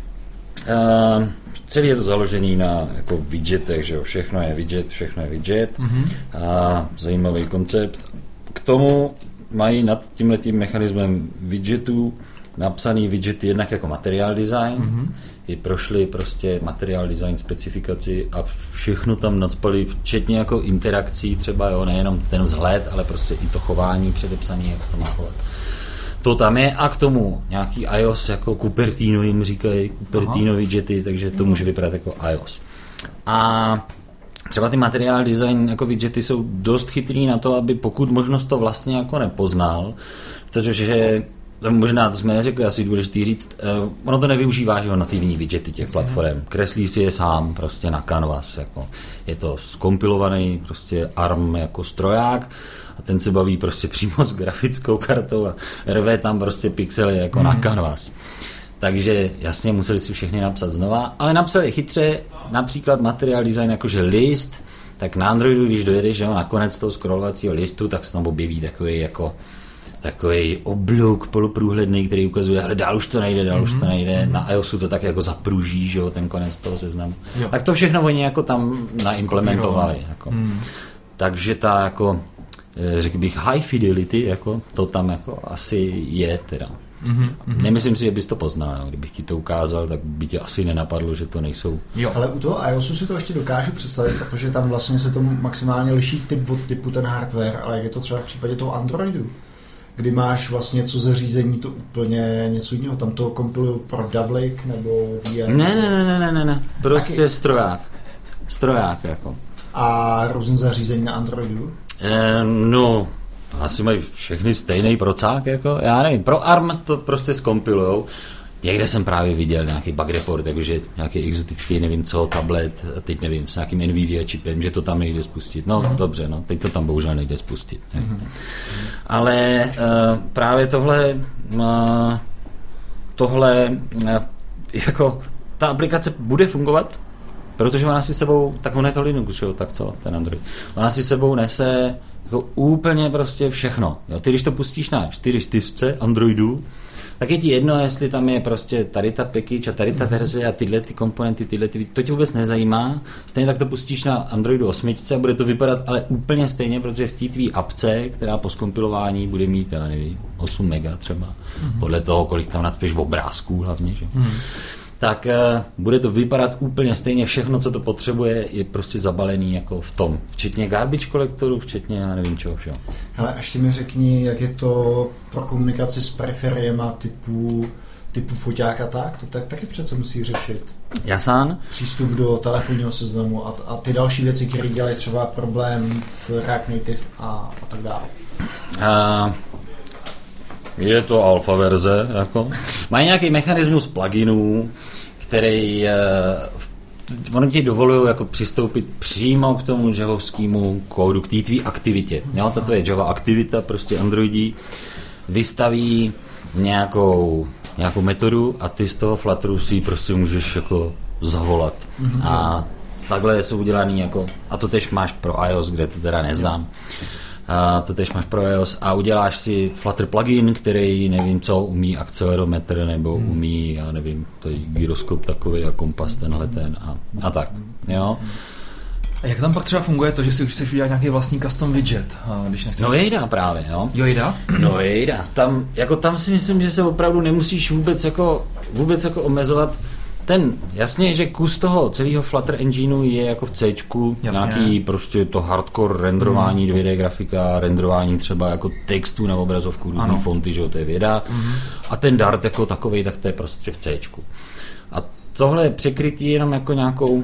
uh, celý je to založený na jako widgetech, že jo, všechno je widget, všechno je widget. Mm-hmm. A zajímavý koncept. K tomu mají nad tímhletím mechanismem widgetů napsaný widgety jednak jako materiál design, mm-hmm. i prošli prostě materiál design specifikaci a všechno tam nacpali, včetně jako interakcí třeba, jo, nejenom ten vzhled, ale prostě i to chování předepsaný, jak se to má chovat. To tam je a k tomu nějaký iOS jako Cupertino jim říkají, Cupertino widgety, takže to může vypadat jako iOS. A třeba ty materiál design jako widgety jsou dost chytrý na to, aby pokud možnost to vlastně jako nepoznal, protože možná to jsme neřekli, asi důležitý říct, uh, ono to nevyužívá, že jo, nativní widgety těch platform. Kreslí si je sám prostě na canvas, jako je to skompilovaný prostě A R M jako stroják a ten se baví prostě přímo s grafickou kartou a rve tam prostě pixely jako mm. na canvas. Takže jasně museli si všechny napsat znova, ale napsali chytře, například materiál design jakože list, tak na Androidu, když dojedeš, že jo, na konec toho scrollovacího listu, tak se tam objeví takový jako takový obluk poloprůhledný, který ukazuje, ale dál už to nejde, dál mm-hmm. už to nejde. Na iOSu to tak jako zapruží, že jo, ten konec toho seznamu. Jo. Tak to všechno oni jako tam naimplementovali. Jako. Mm. Takže ta jako řekl bych high fidelity, jako to tam jako asi je teda. Mm-hmm. Nemyslím si, že bys to poznal, no. Kdybych ti to ukázal, tak by tě asi nenapadlo, že to nejsou. Jo. Ale u toho iOSu si to ještě dokážu představit, protože tam vlastně se to maximálně liší typ od typu ten hardware, ale jak je to třeba v případě toho Androidu, kdy máš vlastně co zařízení, to úplně něco jiného. Tam to kompilují pro Davlik nebo V R. Ne, ne, ne, ne, ne, ne. Prostě taky stroják. Stroják, jako. A různé zařízení na Androidu? E, no, asi mají všechny stejný procák, jako, já nevím. Pro A R M to prostě zkompilujou. Někde jsem právě viděl nějaký bug report, jakože nějaký exotický, nevím co, tablet, teď nevím, s nějakým Nvidia čipem, že to tam nejde spustit. No, mm. dobře, no, teď to tam bohužel nejde spustit. Mm. Ale uh, právě tohle, uh, tohle, uh, jako, ta aplikace bude fungovat, protože ona si sebou, tak on je to Linux, jo, tak co, ten Android. Ona si sebou nese jako úplně prostě všechno. Jo. Ty, když to pustíš na čtyři čtyřce Androidu, tak je ti jedno, jestli tam je prostě tady ta package a tady ta verze a tyhle ty komponenty, tyhle ty, to tě vůbec nezajímá. Stejně tak to pustíš na Androidu osm a bude to vypadat ale úplně stejně, protože v té tvý apce, která po zkompilování bude mít, já nevím, osm mega třeba, mm-hmm. podle toho, kolik tam nadpěš v obrázků hlavně, že? Mm. tak uh, bude to vypadat úplně stejně, všechno, co to potřebuje, je prostě zabalený jako v tom, včetně garbage kolektoru, včetně já nevím čeho všeho. Hele, ještě mi řekni, jak je to pro komunikaci s periferiema typu, typu foťák a tak, to tak, taky přece musí řešit. Jasán? Přístup do telefonního seznamu a, a ty další věci, které dělají třeba problém v React Native a, a tak dále. Uh, je to alfa verze, jako. Mají nějaký mechanismus pluginů, který uh, ono ti dovolují jako přistoupit přímo k tomu javovskému kódu, k té tvý aktivitě. Jo, tato je Java aktivita, prostě Androidí vystaví nějakou, nějakou metodu a ty z toho Flutteru si prostě můžeš jako zavolat. Mm-hmm. A takhle jsou udělaný jako, a to tež máš pro iOS, kde to teda neznám. A to tež máš pro iOS a uděláš si Flutter plugin, který nevím co, umí akcelerometr nebo hmm. umí, já nevím, to je gyroskop takový a kompas tenhle ten a, a tak, jo. A jak tam pak třeba funguje to, že si už chceš udělat nějaký vlastní custom widget, když nechceš... No jejda právě, jo. Jo jejda? No jejda, tam, jako tam si myslím, že se opravdu nemusíš vůbec jako, vůbec jako omezovat. Ten, jasně, že kus toho celého Flutter engineu je jako v Cčku, jasně. Nějaký prostě to hardcore renderování, mm. dvě dé grafika, renderování třeba jako textů na obrazovku, různý fonty, že jo, to je věda. Mm. A ten Dart jako takovej, tak to je prostě v Cčku. A tohle je překrytý jenom jako nějakou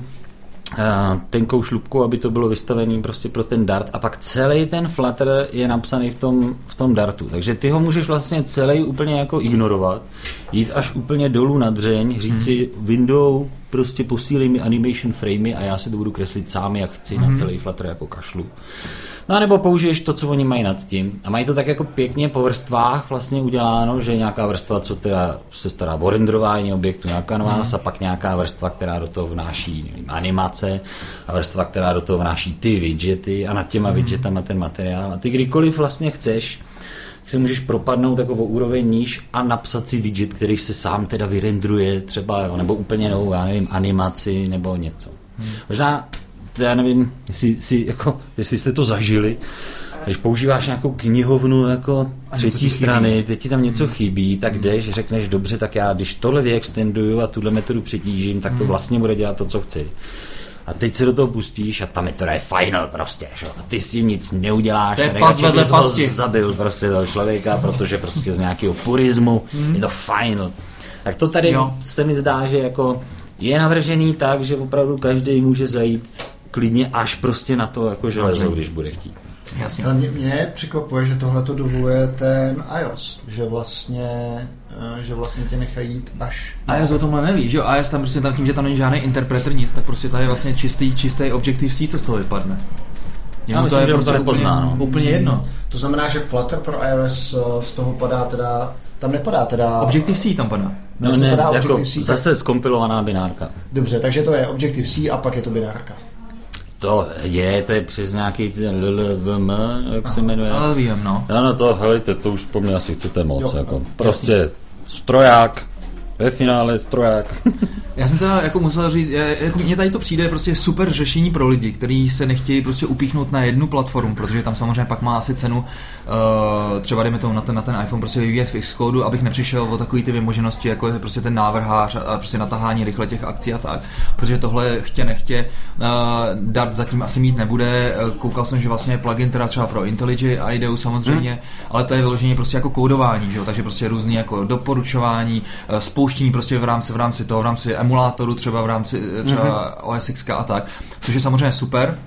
Uh, tenkou šlupkou, aby to bylo vystavený prostě pro ten Dart a pak celý ten Flutter je napsaný v tom, v tom Dartu. Takže ty ho můžeš vlastně celý úplně jako ignorovat, jít až úplně dolů na dřeň, říct hmm. si window, prostě posílej mi animation framey a já si to budu kreslit sám, jak chci, hmm. na celý Flutter jako kašlu. No a nebo použiješ to, co oni mají nad tím. A mají to tak jako pěkně po vrstvách vlastně uděláno, že nějaká vrstva, co teda se stará o renderování objektu na Canvas, mm. a pak nějaká vrstva, která do toho vnáší nevím, animace a vrstva, která do toho vnáší ty widgety a nad těma mm. widgetama ten materiál. A ty kdykoliv vlastně chceš, se můžeš propadnout jako o úroveň níž a napsat si widget, který se sám teda vyrendruje třeba, jo, nebo úplně novou, já nevím, animaci nebo něco. Mm. Možná já nevím, jestli, si, jako, jestli jste to zažili, když používáš nějakou knihovnu jako třetí strany, teď ti tam něco chybí, tak jdeš, řekneš, dobře, tak já, když tohle vyextenduju a tuhle metodu přetížím, tak to vlastně bude dělat to, co chci. A teď se do toho pustíš a ta metoda je final prostě, že? A ty s tím nic neuděláš a nejradši bys ho zabil prostě toho člověka, protože prostě z nějakého purismu mm. je to final. Tak to tady jo. se mi zdá, že jako je navržený tak, že opravdu každý může zajít klidně až prostě na to jako železo, když bude chtít. Jasně. Ale mě, mě překvapuje, že tohle to dovoluje ten iOS, že vlastně, že vlastně tě nechají jít až... iOS o tomhle neví, že jo? iOS tam prostě tam tím, že tam není žádný interpreter nic, tak prostě tady je vlastně čistý, čistý Objective-C, co z toho vypadne. Já myslím, to je že prostě to nepozná, úplně, no. úplně jedno. To znamená, že Flutter pro iOS z toho padá teda, tam nepadá teda... Objective-C tam padá. No ne, padá jako zase tak... zkompilovaná binárka. Dobře, takže to je Objective-C a pak je to binárka. To je, to je přes nějaký L L V M, jak se jmenuje. L L V M, no. No, no to, helejte, to už po mně asi chcete moc, jo, jako. Prostě jasný. Stroják, ve finále stroják. Já jsem teda jako musel říct, jako mně tady to přijde prostě super řešení pro lidi, kteří se nechtějí prostě upíchnout na jednu platformu, protože tam samozřejmě pak má asi cenu uh, třeba dejme tomu na ten, na ten iPhone prostě vyvíjet v Xcode, abych nepřišel o takový ty vymoženosti, jako je prostě ten návrhář a prostě natahání rychle těch akcí a tak, protože tohle chtě nechtě uh, Dart zatím asi mít nebude. Koukal jsem, že vlastně je plugin teda třeba pro IntelliJ IDEU samozřejmě, hmm. ale to je vyloženě prostě jako kódování, že jo? Takže prostě různý jako doporučování, spouštění prostě v rámci v rámci toho, v rámci emulátoru, třeba v rámci třeba mm-hmm. O S X a tak, což je samozřejmě super.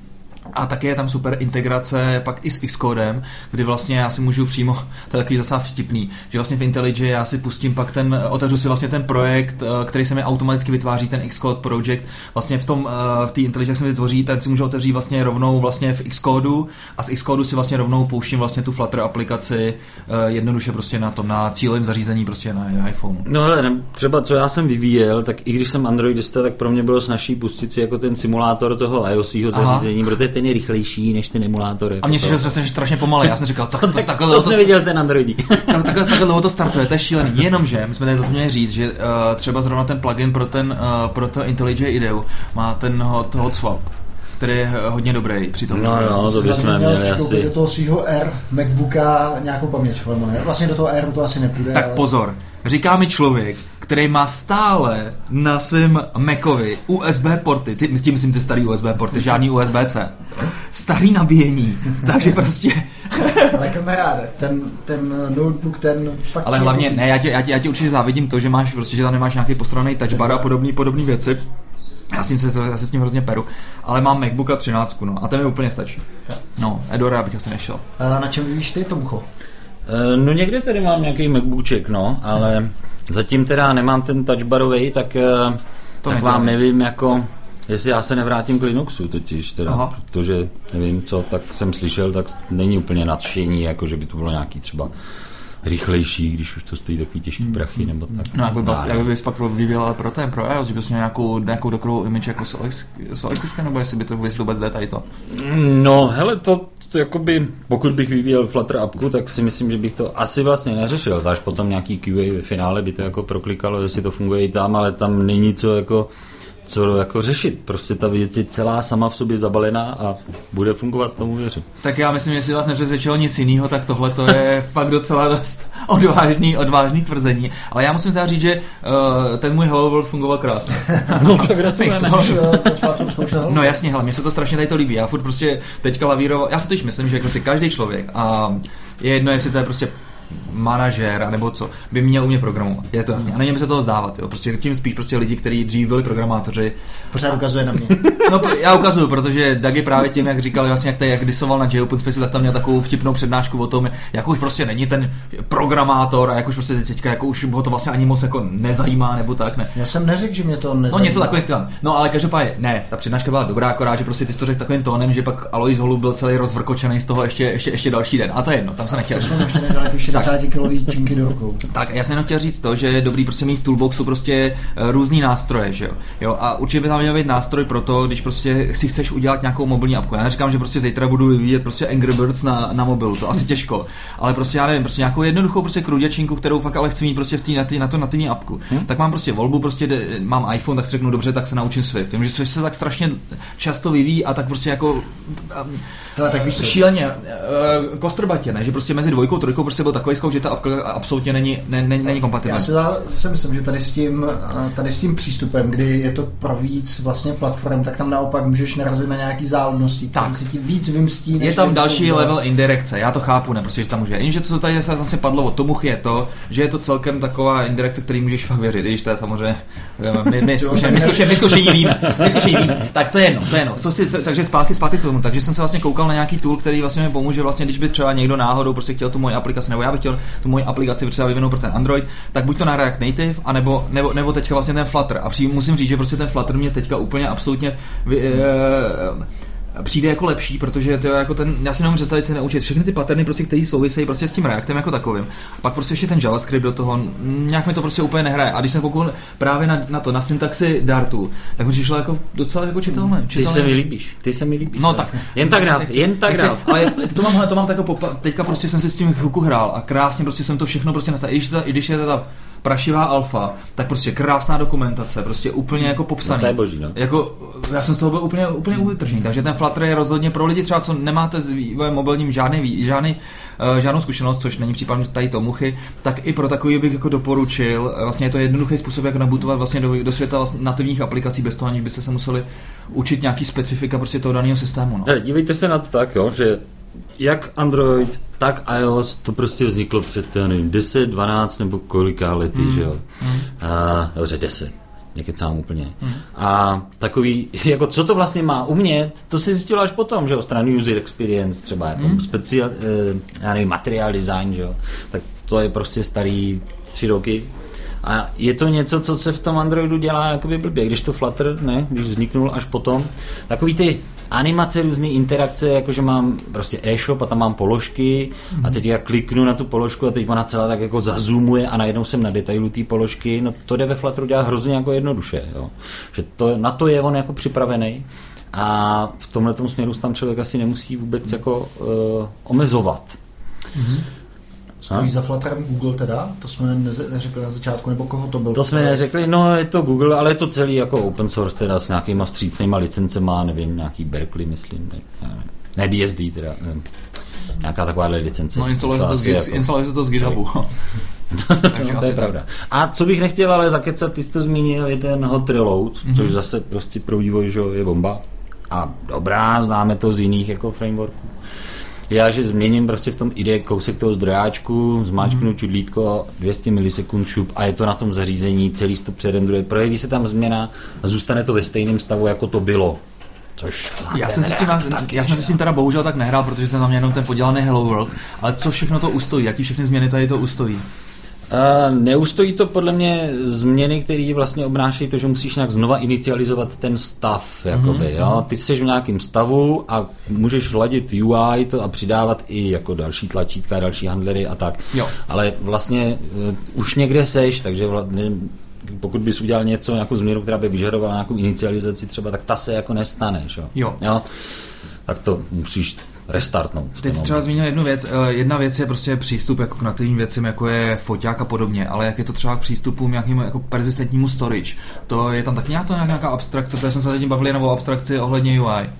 A taky je tam super integrace pak i s Xcodem, kdy vlastně já si můžu přímo, to je takový zase vtipný, že vlastně v IntelliJ já si pustím pak ten, otevřu si vlastně ten projekt, který se mi automaticky vytváří, ten Xcode project, vlastně v tom, v té IntelliJ, jak se mi vytvoří, tak si můžu otevřít vlastně rovnou vlastně v Xcodu a z Xcodu si vlastně rovnou pouštím vlastně tu Flutter aplikaci jednoduše prostě na tom, na cílovém zařízení prostě na, na iPhone. No hele, třeba co já jsem vyvíjel, tak i když jsem androidista, tak pro mě bylo snazší pustit si jako ten simulátor toho iOSího zařízení, protože ten je rychlejší než ten emulátor. A mně přišel, že jsem strašně pomalej, já jsem říkal, tak, tak, takhle to, to neviděl ten Androidí. tak, takhle, takhle dlouho to startuje, to je šílený. Jenomže, my jsme tady to měli říct, že uh, třeba zrovna ten plugin pro ten uh, pro to IntelliJ IDEU má ten hot, hot swap, který je hodně dobrý při tom. No jo, to bychom měli asi. Do toho svýho Air MacBooka nějakou paměť, ne? Vlastně do toho Airu to asi nepůjde. Tak ale... pozor, říká mi člověk, který má stále na svém Macovi U S B porty, ty, tím myslím ty starý U S B porty, žádný U S B C, starý nabíjení, takže prostě... Ale kamaráde, ten, ten notebook, ten fakt... Ale hlavně, ne, já ti, já, ti, já ti určitě závidím to, že máš prostě, že tam nemáš nějaký posraný touch bar a podobný, podobný věci. Já, s tím se, já se s tím hrozně peru, ale mám MacBooka třináct, no, a ten mi úplně stačí. No, Edora, abych asi nešel. A na čem vyvíjíš ty, Tomko? No někde tady mám nějaký MacBookček, no, ale zatím teda nemám ten touchbarovej, tak, to tak vám nevím, jako, jestli já se nevrátím k Linuxu totiž, teda, aha. Protože nevím co, tak jsem slyšel, tak není úplně nadšení, jako že by to bylo nějaký třeba rychlejší, když už to stojí takový těžký prachy, nebo tak. No, jak by, bys, jak bys pak vyvíjel pro ten, pro iOS, že bys měl nějakou, nějakou dokolovou image jako s O S X, nebo jestli by to jestli vůbec jde tady to? No, hele, to, to jakoby, pokud bych vyvíjel Flutter appku, tak si myslím, že bych to asi vlastně neřešil, až potom nějaký Q A ve finále by to jako proklikalo, jestli to funguje i tam, ale tam není co jako co jako řešit. Prostě ta věc je celá sama v sobě zabalená a bude fungovat, tomu věřím. Tak já myslím, že si vás nepřesvědčilo nic jiného, tak tohle to je fakt docela dost odvážný, odvážný tvrzení. Ale já musím teda říct, že uh, ten můj Hello World fungoval krásně. No, tak gratulujeme. No jasně, hele, mně se to strašně tady to líbí. Já furt prostě teďka lavíroval, já si totiž myslím, že prostě každý člověk a je jedno, jestli to je prostě manažer, anebo co, by měl umět programovat. Je to jasně. A neměl by se toho vzdávat. Jo. Prostě tím spíš prostě lidi, kteří dřív byli programátoři. Pořád ukazuje na mě. No, já ukazuju, protože Dagi právě tím, jak říkal, vlastně, jak, tady, jak disoval na JOpenSpace, tak tam měl takovou vtipnou přednášku o tom, jak už prostě není ten programátor a jak už prostě teďka, jako už ho to vlastně ani moc jako nezajímá, nebo tak, ne. Já jsem neřekl, že mě to nezajímá. No něco takový stylem. No ale každopádně, ne, ta přednáška byla dobrá, akorát, že prostě ty jsi to řekl takovým tónem, že pak Alois Holub byl celý rozvrkočený z toho ještě, ještě, ještě další den. A to je jedno, tam se nechtěl. Činky do rukou. Tak já jsem jenom chtěl říct to, že je dobrý prostě mít v toolboxu prostě různý nástroje, že jo? Jo, a určitě by tam měl být nástroj pro to, když prostě si chceš udělat nějakou mobilní apku. Já neříkám, že prostě zítra budu vyvíjet prostě Angry Birds na, na mobilu, to asi těžko, ale prostě já nevím, prostě nějakou jednoduchou prostě kruděčinku, kterou fakt ale chci mít prostě v tý, na, tý, na to nativní apku. Hmm? Tak mám prostě volbu, prostě de, mám iPhone, tak si řeknu dobře, tak se naučím Swift. Vím, že Swift se tak strašně často vyvíjí a tak prostě jako um, hele, tak víš šíleně uh, kostrbatě, ne? Že prostě mezi dvojkou a trojkou prostě byl takový skok, že ta apka absolutně není, ne, ne, není kompatibilní. Já si zase myslím, že tady s tím, tady s tím přístupem, kdy je to pro víc vlastně platform, tak tam naopak můžeš narazit na nějaký záludnosti, které si ti víc vymstí. Je tam další level indirekce, já to chápu, ne, prostě, že tam může. Jenže to, co tady se vlastně padlo od Tomuch, je to, že je to celkem taková indirekce, který můžeš fakt věřit, když to je samozřejmě, my, my, zkušení, my, zkušení, my zkušení víme, my zkušení víme. Tak to je jedno, to je jedno. Co si, co, takže zpátky, zpátky k tomu, takže jsem se vlastně koukal na nějaký tool, který vlastně mi pomůže, vlastně, když by třeba někdo náhodou prostě chtěl tu moji aplikaci, nebo já bych chtěl tu moji aplikaci třeba vyvinout pro ten Android, tak buď to na React Native, anebo, nebo, nebo teďka vlastně ten Flutter. A přijím, musím říct, že prostě ten Flutter mě teďka úplně absolutně vy, e, přijde jako lepší, protože to jako ten, já si nemůžu představit se naučit všechny ty patterny, prostě, které souvisejí prostě s tím Reactem jako takovým. Pak prostě ještě ten JavaScript do toho, nějak mi to prostě úplně nehraje. A když jsem koukal právě na, na to, na syntaxi Dartu, tak mi přišlo jako docela jako čitelné. Ty se mi líbíš, ty se mi líbíš. No tak. Jen tak dál, jen tak dál. Ale to mám, to mám tak jako, teďka prostě jsem si s tím chvilku hrál a krásně prostě jsem to všechno prostě nastavil. I když, ta, i když je ta prašivá alfa, tak prostě krásná dokumentace, prostě úplně jako popsaný. No to je boží, no. Jako, já jsem z toho byl úplně, úplně uvytržený, takže ten Flutter je rozhodně pro lidi třeba, co nemáte s vývojem mobilním žádný, žádný, uh, žádnou zkušenost, což není případ tady Tomuchy, tak i pro takový bych jako doporučil. Vlastně je to jednoduchý způsob, jak nabutovat vlastně do, do světa vlastně nativních aplikací bez toho, aniž byste se museli učit nějaký specifika prostě toho daného systému. No. Hele, dívejte se na to tak, jo, že jak Android, tak iOS, to prostě vzniklo před nevím, deset, dvanáct nebo kolika lety, mm. že jo. Mm. A, dobře, deset. Nekecám úplně. Hmm. A takový, jako co to vlastně má umět, to si zjistilo až potom, že jo, stranu user experience třeba, jako hmm. speciál, eh, já nevím, materiál design, že jo, tak to je prostě starý tři roky. A je to něco, co se v tom Androidu dělá jakoby blbě, když to Flutter, ne, když vzniknul až potom, takový ty animace, různé interakce, jakože mám prostě e-shop a tam mám položky mm. a teď já kliknu na tu položku a teď ona celá tak jako zazoomuje a najednou jsem na detailu té položky, no to jde ve Flutteru dělat hrozně jako jednoduše, jo. Že to, na to je on jako připravený a v tomhletom směru tam člověk asi nemusí vůbec jako uh, omezovat. Mm. Stojí ha? za Flutterem Google teda? To jsme neřekli na začátku, nebo koho to byl? To jsme neřekli, no je to Google, ale je to celý jako open source teda s nějakýma vstřícnýma licencema, nevím, nějaký Berkeley, myslím, ne, ne B S D teda, ne, nějaká takováhle licence. No instaluje to, to, jako, instaluje to z GitHubu. No, to je pravda. A co bych nechtěl ale zakecat, ty jsi to zmínil, je ten hot reload, mm-hmm. což zase prostě pro vývoj, že je bomba. A dobrá, známe to z jiných jako frameworků. Já, že změním prostě v tom I D E kousek toho zdrojáčku, zmáčknu čudlítko, dvě stě milisekund šup a je to na tom zařízení, celý to přerendruje. Projeví se tam změna a zůstane to ve stejném stavu, jako to bylo. Což já jsem, si s tím, já jsem si s tím teda bohužel tak nehrál, protože jsem tam jenom ten podělaný Hello World, ale co všechno to ustojí, jaký všechny změny tady to ustojí? Uh, neustojí to podle mě změny, které vlastně obnášejí to, že musíš nějak znova inicializovat ten stav, jakoby, mm-hmm. jo. Ty jsi v nějakém stavu a můžeš vladit U I to a přidávat i jako další tlačítka, další handlery a tak. Jo. Ale vlastně uh, už někde seš, takže vlastně, pokud bys udělal něco, nějakou změnu, která by vyžadovala nějakou inicializaci třeba, tak ta se jako nestane, jo. Jo. jo. Tak to musíš restartnout. Teď jsi třeba zmínil jednu věc. Jedna věc je prostě přístup jako k nativním věcem, jako je foťák a podobně, ale jak je to třeba k přístupu nějakému jako persistentnímu storage? To je tam taky nějaká, nějaká abstrakce, protože jsme se zatím bavili novou abstrakci ohledně U I.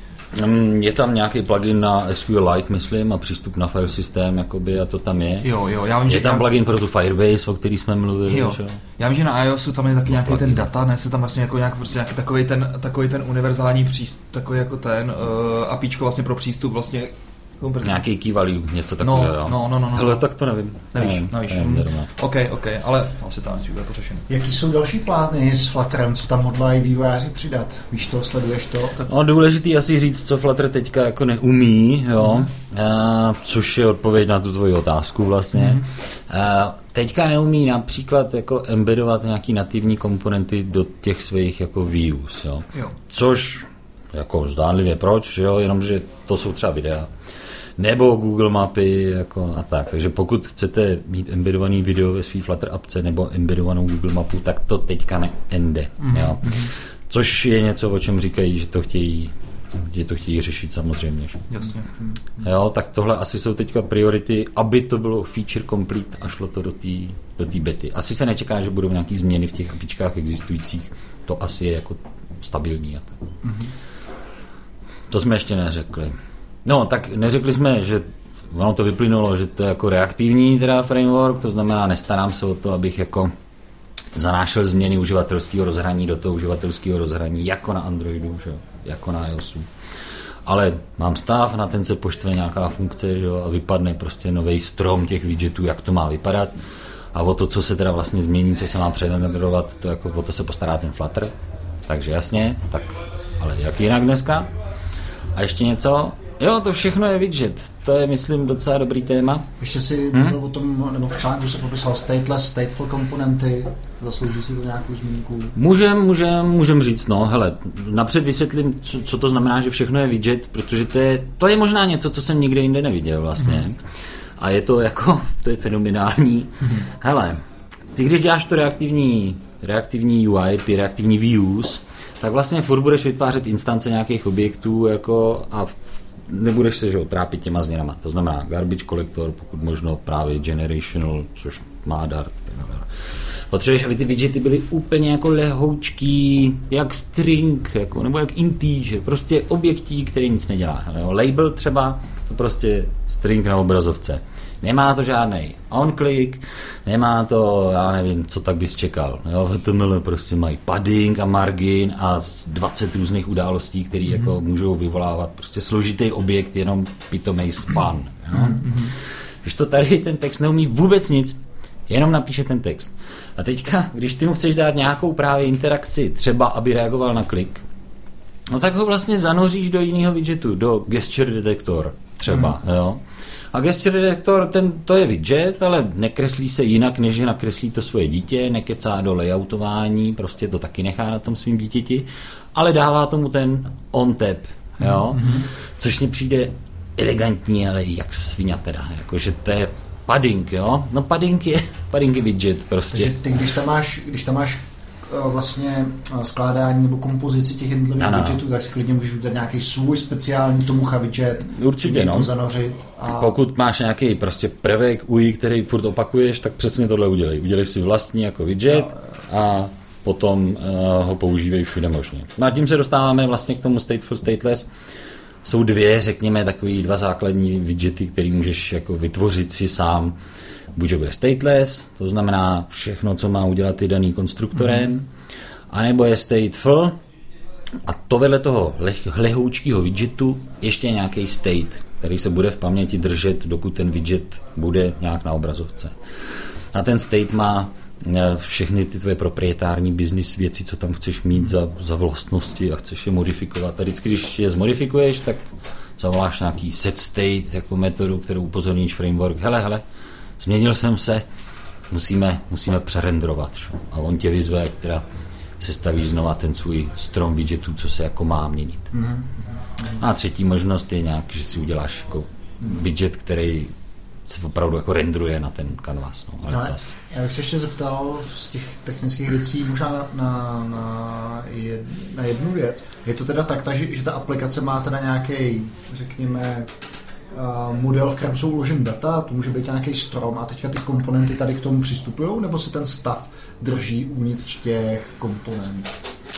Je tam nějaký plugin na SQLite, myslím, a přístup na file systém, jakoby, a to tam je. Jo, jo, já vím, je že tam já... plugin pro tu Firebase, o který jsme mluvili. Jo. Že? Já vím, že na iOSu tam je taky no, nějaký plugin. Ten data, ne, se tam vlastně jako nějak, prostě nějaký takový ten, takový ten univerzální přístup, takový jako ten uh, apíčko vlastně pro přístup vlastně. Nějaký key value, něco takového, no, jo. No, no, no, no. Hele, tak to nevím. Nevíš, nevím, nevíš. nevím, nevím. OK, OK, ale asi to asi bude pořešené. Jaký jsou další plány s Flutterem, co tam hodlají vývojáři přidat? Víš to, sleduješ to? Tak... No, důležitý asi říct, co Flutter teďka jako neumí, jo, mm. a, což je odpověď na tu tvoji otázku vlastně. Mm. A, teďka neumí například jako embedovat nějaký nativní komponenty do těch svých jako views, jo. jo. Což jako zdánlivě proč, že jo, jenomže to jsou třeba videa. Nebo Google mapy jako a tak. Takže pokud chcete mít embedovaný video ve svý Flutter apce nebo embedovanou Google mapu, tak to teďka nejde. Mm-hmm. Jo. Což je něco, o čem říkají, že to chtějí, že to chtějí řešit samozřejmě. Jasně. Jo, tak tohle asi jsou teďka priority, aby to bylo feature complete a šlo to do té do té bety. Asi se nečeká, že budou nějaký změny v těch apičkách existujících. To asi je jako stabilní a tak. Mm-hmm. To jsme ještě neřekli. No, tak neřekli jsme, že ono to vyplynulo, že to je jako reaktivní teda framework, to znamená, nestarám se o to, abych jako zanášel změny uživatelského rozhraní do toho uživatelského rozhraní, jako na Androidu, že? Jako na iOSu. Ale mám stav, na ten se poštve nějaká funkce, že? A vypadne prostě nový strom těch widgetů, jak to má vypadat. A o to, co se teda vlastně změní, co se má předenderovat, to jako o to se postará ten Flutter. Takže jasně, tak, ale jak jinak dneska? A ještě něco? Jo, to všechno je widget. To je, myslím, docela dobrý téma. Ještě si hmm? mluvil o tom, nebo v článku se popisal stateless, stateful komponenty. Zaslouží si to nějakou zmínku? Můžem, můžem, můžem říct, no, hele, napřed vysvětlím, co, co to znamená, že všechno je widget, protože to je, to je možná něco, co jsem nikde jinde neviděl vlastně. Hmm. A je to jako, to je fenomenální. Hmm. Hele, ty když děláš to reaktivní, reaktivní U I, ty reaktivní views, tak vlastně furt budeš vytvářet instance nějakých objektů jako a nebudeš se že, trápit těma změnama. To znamená garbage collector, pokud možno právě generational, což má Dart, všechno. Jo. Potřebuješ, aby ty widgety byly úplně jako lehoučký, jak string, jako, nebo jak integer, prostě objektí, který nic nedělá. Jo. Label třeba, to prostě string na obrazovce. Nemá to žádnej on-click, nemá to, já nevím, co tak bys čekal. Jo, v H T M L prostě mají padding a margin a dvacet různých událostí, které mm-hmm. jako můžou vyvolávat prostě složitý objekt, jenom pitomej span. Jo. Mm-hmm. Když to tady ten text neumí vůbec nic, jenom napíše ten text. A teďka, když ty mu chceš dát nějakou právě interakci, třeba aby reagoval na klik, no tak ho vlastně zanoříš do jiného widgetu, do gesture detektor třeba, mm. jo. A gesture detektor, ten, to je widget, ale nekreslí se jinak, než že nakreslí to svoje dítě, nekecá do layoutování, prostě to taky nechá na tom svým dítěti, ale dává tomu ten on-tap, jo, mm-hmm. což mi přijde elegantní, ale jak svině teda, jakože to je padding, jo, no padding je, padding je widget prostě. Takže ty, když tam máš, když tam máš vlastně skládání nebo kompozici těch jednotlivých widgetů, tak si klidně můžeš udělat nějaký svůj speciální tomucha widget. Určitě, no. To zanořit. A... Pokud máš nějaký prostě prvek U I, který furt opakuješ, tak přesně tohle udělej. Udělej si vlastní jako widget no. a potom uh, ho používej všude možně. No a tím se dostáváme vlastně k tomu stateful, stateless. Jsou dvě, řekněme, takový dva základní widgety, který můžeš jako vytvořit si sám. Buď bude stateless, to znamená všechno, co má udělat ty daný konstruktorem, mm. anebo je stateful a to vedle toho leh, lehoučkého widgetu ještě nějaký state, který se bude v paměti držet, dokud ten widget bude nějak na obrazovce. A ten state má všechny ty tvoje proprietární business věci, co tam chceš mít za, za vlastnosti a chceš je modifikovat. A vždycky, když je zmodifikuješ, tak zavoláš nějaký set state jako metodu, kterou upozorníš framework. Hele, hele, změnil jsem se, musíme, musíme přerendrovat. Šo? A on tě vyzve, která se staví znova ten svůj strom widgetů, co se jako má měnit. Mm-hmm. A třetí možnost je nějak, že si uděláš jako widget, který se opravdu jako rendruje na ten kanvas. No. Ale Ale to... Já bych se ještě zeptal z těch technických věcí možná na, na, na, jed, na jednu věc. Je to teda tak, že, že ta aplikace má teda nějaký, řekněme, uh, model, v kterém jsou uložen data, to může být nějaký strom a teďka ty komponenty tady k tomu přistupují, nebo se ten stav drží uvnitř těch komponent?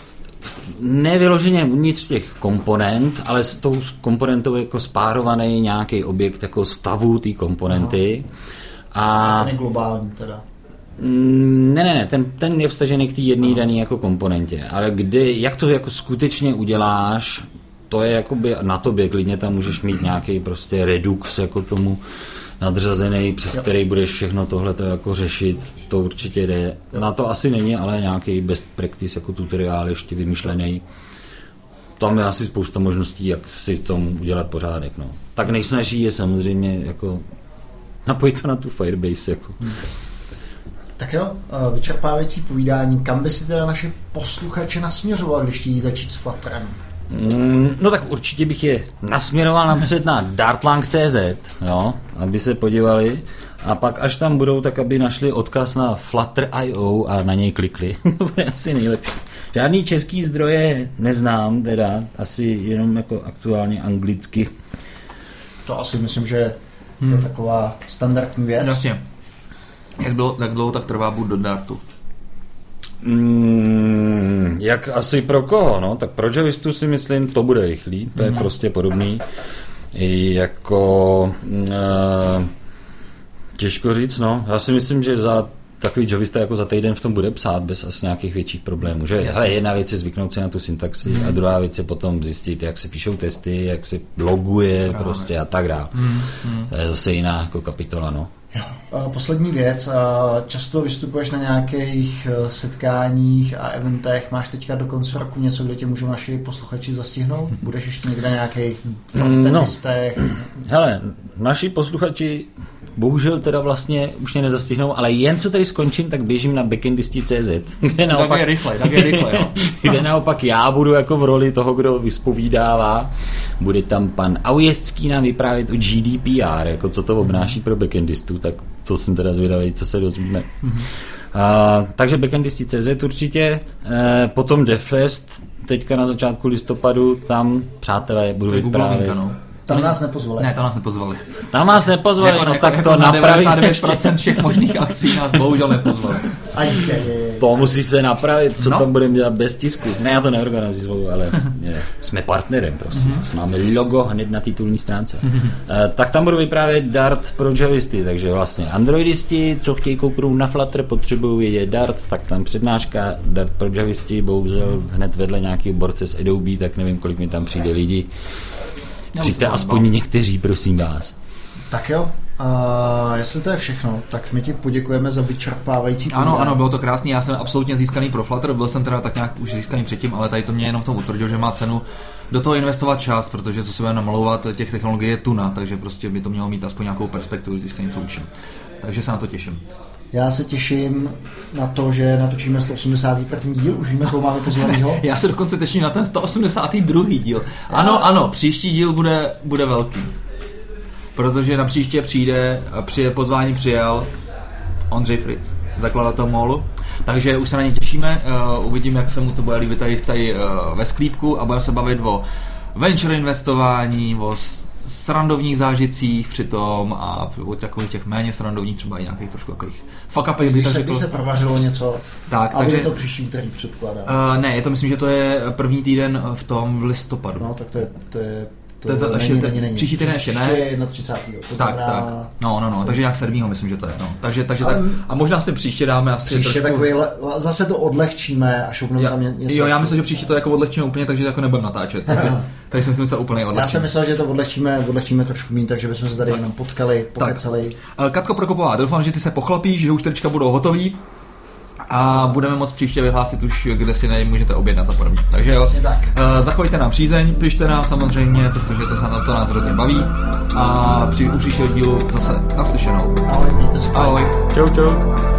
Nevyloženě uvnitř těch komponent, ale s tou komponentou jako spárovaný nějaký objekt jako stavu té komponenty. A ten je globální teda? Ne, ne, ne, ten, ten je vstažený k té jedné dané jako komponentě, ale kdy, jak to jako skutečně uděláš, to je jakoby na tobě, klidně tam můžeš mít nějaký prostě redux jako tomu nadřazený, přes jo. který budeš všechno tohleto jako řešit, to určitě jde. Jo. Na to asi není, ale nějaký best practice jako tutoriál ještě vymyšlený. Tam je asi spousta možností, jak si v tom udělat pořádek. No. Tak nejsnažší je samozřejmě jako napojit to na tu Firebase. Jako. Hmm. Tak jo, vyčerpávající povídání. Kam by si teda naše posluchače nasměřoval, když chtějí začít s Flutterem? No tak určitě bych je nasměroval napřed na dartlang tečka cé zet, jo, aby se podívali a pak až tam budou, tak aby našli odkaz na Flutter tečka i o a na něj klikli. To bude asi nejlepší. Žádný český zdroje neznám, teda asi jenom jako aktuálně anglicky. To asi myslím, že hmm. je taková standardní věc. Jasně. Jak dlouho, jak dlouho tak trvá boot do Dartu? Mm, jak asi pro koho, no? Tak pro Javistu si myslím, to bude rychlý, to je mm. prostě podobný. I jako uh, těžko říct, no. Já si myslím, že za takový Javista jako za týden v tom bude psát bez asi nějakých větších problémů. Že? Hele, jedna věc je zvyknout se na tu syntaxi mm. a druhá věc je potom zjistit, jak se píšou testy, jak se loguje prostě a tak dále. Mm. To je zase jiná jako kapitola, no. Jo. Poslední věc, často vystupuješ na nějakých setkáních a eventech, máš teďka do konce roku něco, kde tě můžou naši posluchači zastihnout? Budeš ještě někde na nějakých frontendistech? No. Hele, naši posluchači bohužel teda vlastně už mě nezastihnou, ale jen co tady skončím, tak běžím na backendisti tečka cé zet, kde naopak, tak je rychle, tak je rychle, jo. kde naopak já budu jako v roli toho, kdo vyspovídává. Bude tam pan Aujezdský nám vyprávět o G D P R, jako co to obnáší pro backendistů, tak to jsem teda zvědavý, co se dozvíme. Mm-hmm. Uh, takže backendisti tečka cé zet určitě, uh, potom DevFest, teďka na začátku listopadu, tam, přátelé, budu vyprávět. No. Tam nás nepozvali. Ne, tam nás nepozvali. Tam nás nepozvali, jako, no jako, tak jako to na napraví devadesát devět procent všech možných akcí nás bohužel nepozvali. Aj, aj, aj. To musí se napravit, co No. tam budeme dělat bez tisku. Ne, já to neorganizuju, ale je, jsme partnerem, prosím. Mm-hmm. Máme logo hned na titulní stránce. Mm-hmm. Uh, tak tam budu vyprávět Dart pro javisty, takže vlastně androidisti, co chtějí kouknout na Flutter, potřebují vědět Dart, tak tam přednáška Dart pro javisty, bohužel hned vedle nějaký borce z Adobe, tak nevím, kolik mi tam přijde lidí. Přijďte aspoň někteří, prosím vás. Tak jo, uh, jestli to je všechno, tak my ti poděkujeme za vyčerpávající Ano, povídání. ano, bylo to krásný, já jsem absolutně získaný pro Flutter, byl jsem teda tak nějak už získaný předtím, ale tady to mě jenom v tom utvrdil, že má cenu do toho investovat čas, protože co se bude namalovat, těch technologií je tuna, takže prostě by to mělo mít aspoň nějakou perspektivu, když se něco učím. Takže se na to těším. Já se těším na to, že natočíme sto osmdesátý první díl, už víme, koho máme pozvanýho. Já se dokonce těším na ten sto osmdesátý druhý díl. Ano, ano, příští díl bude, bude velký. Protože na příště přijde, při pozvání přijel Ondřej Fritz, zakladatel Molu. Takže už se na ně těšíme, uh, uvidíme, jak se mu to bude líbit tady, tady uh, ve sklípku a budeme se bavit o venture investování, o srandovních zážitcích přitom a o takových těch méně srandovních, třeba i nějakých trošku takových fuck upech, Když se, když se provařilo něco, tak, a takže, bude to příští úterý předpokládá. Uh, ne, je to myslím, že to je první týden v tom v listopadu. No, tak to je... To je To je za, není, ještě, není, není. Příští týden ještě ne. Příště je třicátého To tak, znamená... tak. No, no, no, takže nějak sedmého myslím, že to je. No. Takže, takže tak. A možná si příště dáme asi Příště trošku... takový, zase to odlehčíme a šoupneme tam něco. Jo, já myslím, že příště to jako odlehčíme úplně, takže jako nebudeme natáčet. Takže, takže jsem si myslel úplně odlehčíme. Já jsem myslel, že to odlehčíme, odlehčíme trošku míň, takže bychom se tady jenom potkali, pokecali. Katko Prokopová, doufám, že ty se pochlapíš, že už trička budou hotový. A budeme moct příště vyhlásit už, kde si nej můžete objednat a podobně. Takže jo, tak. Uh, zachovejte nám přízeň, pište nám samozřejmě, protože to se na to nás hrozně baví. A při u příštího dílu zase naslyšenou. Ahoj, mějte se fajn. Ahoj. Čau, čau.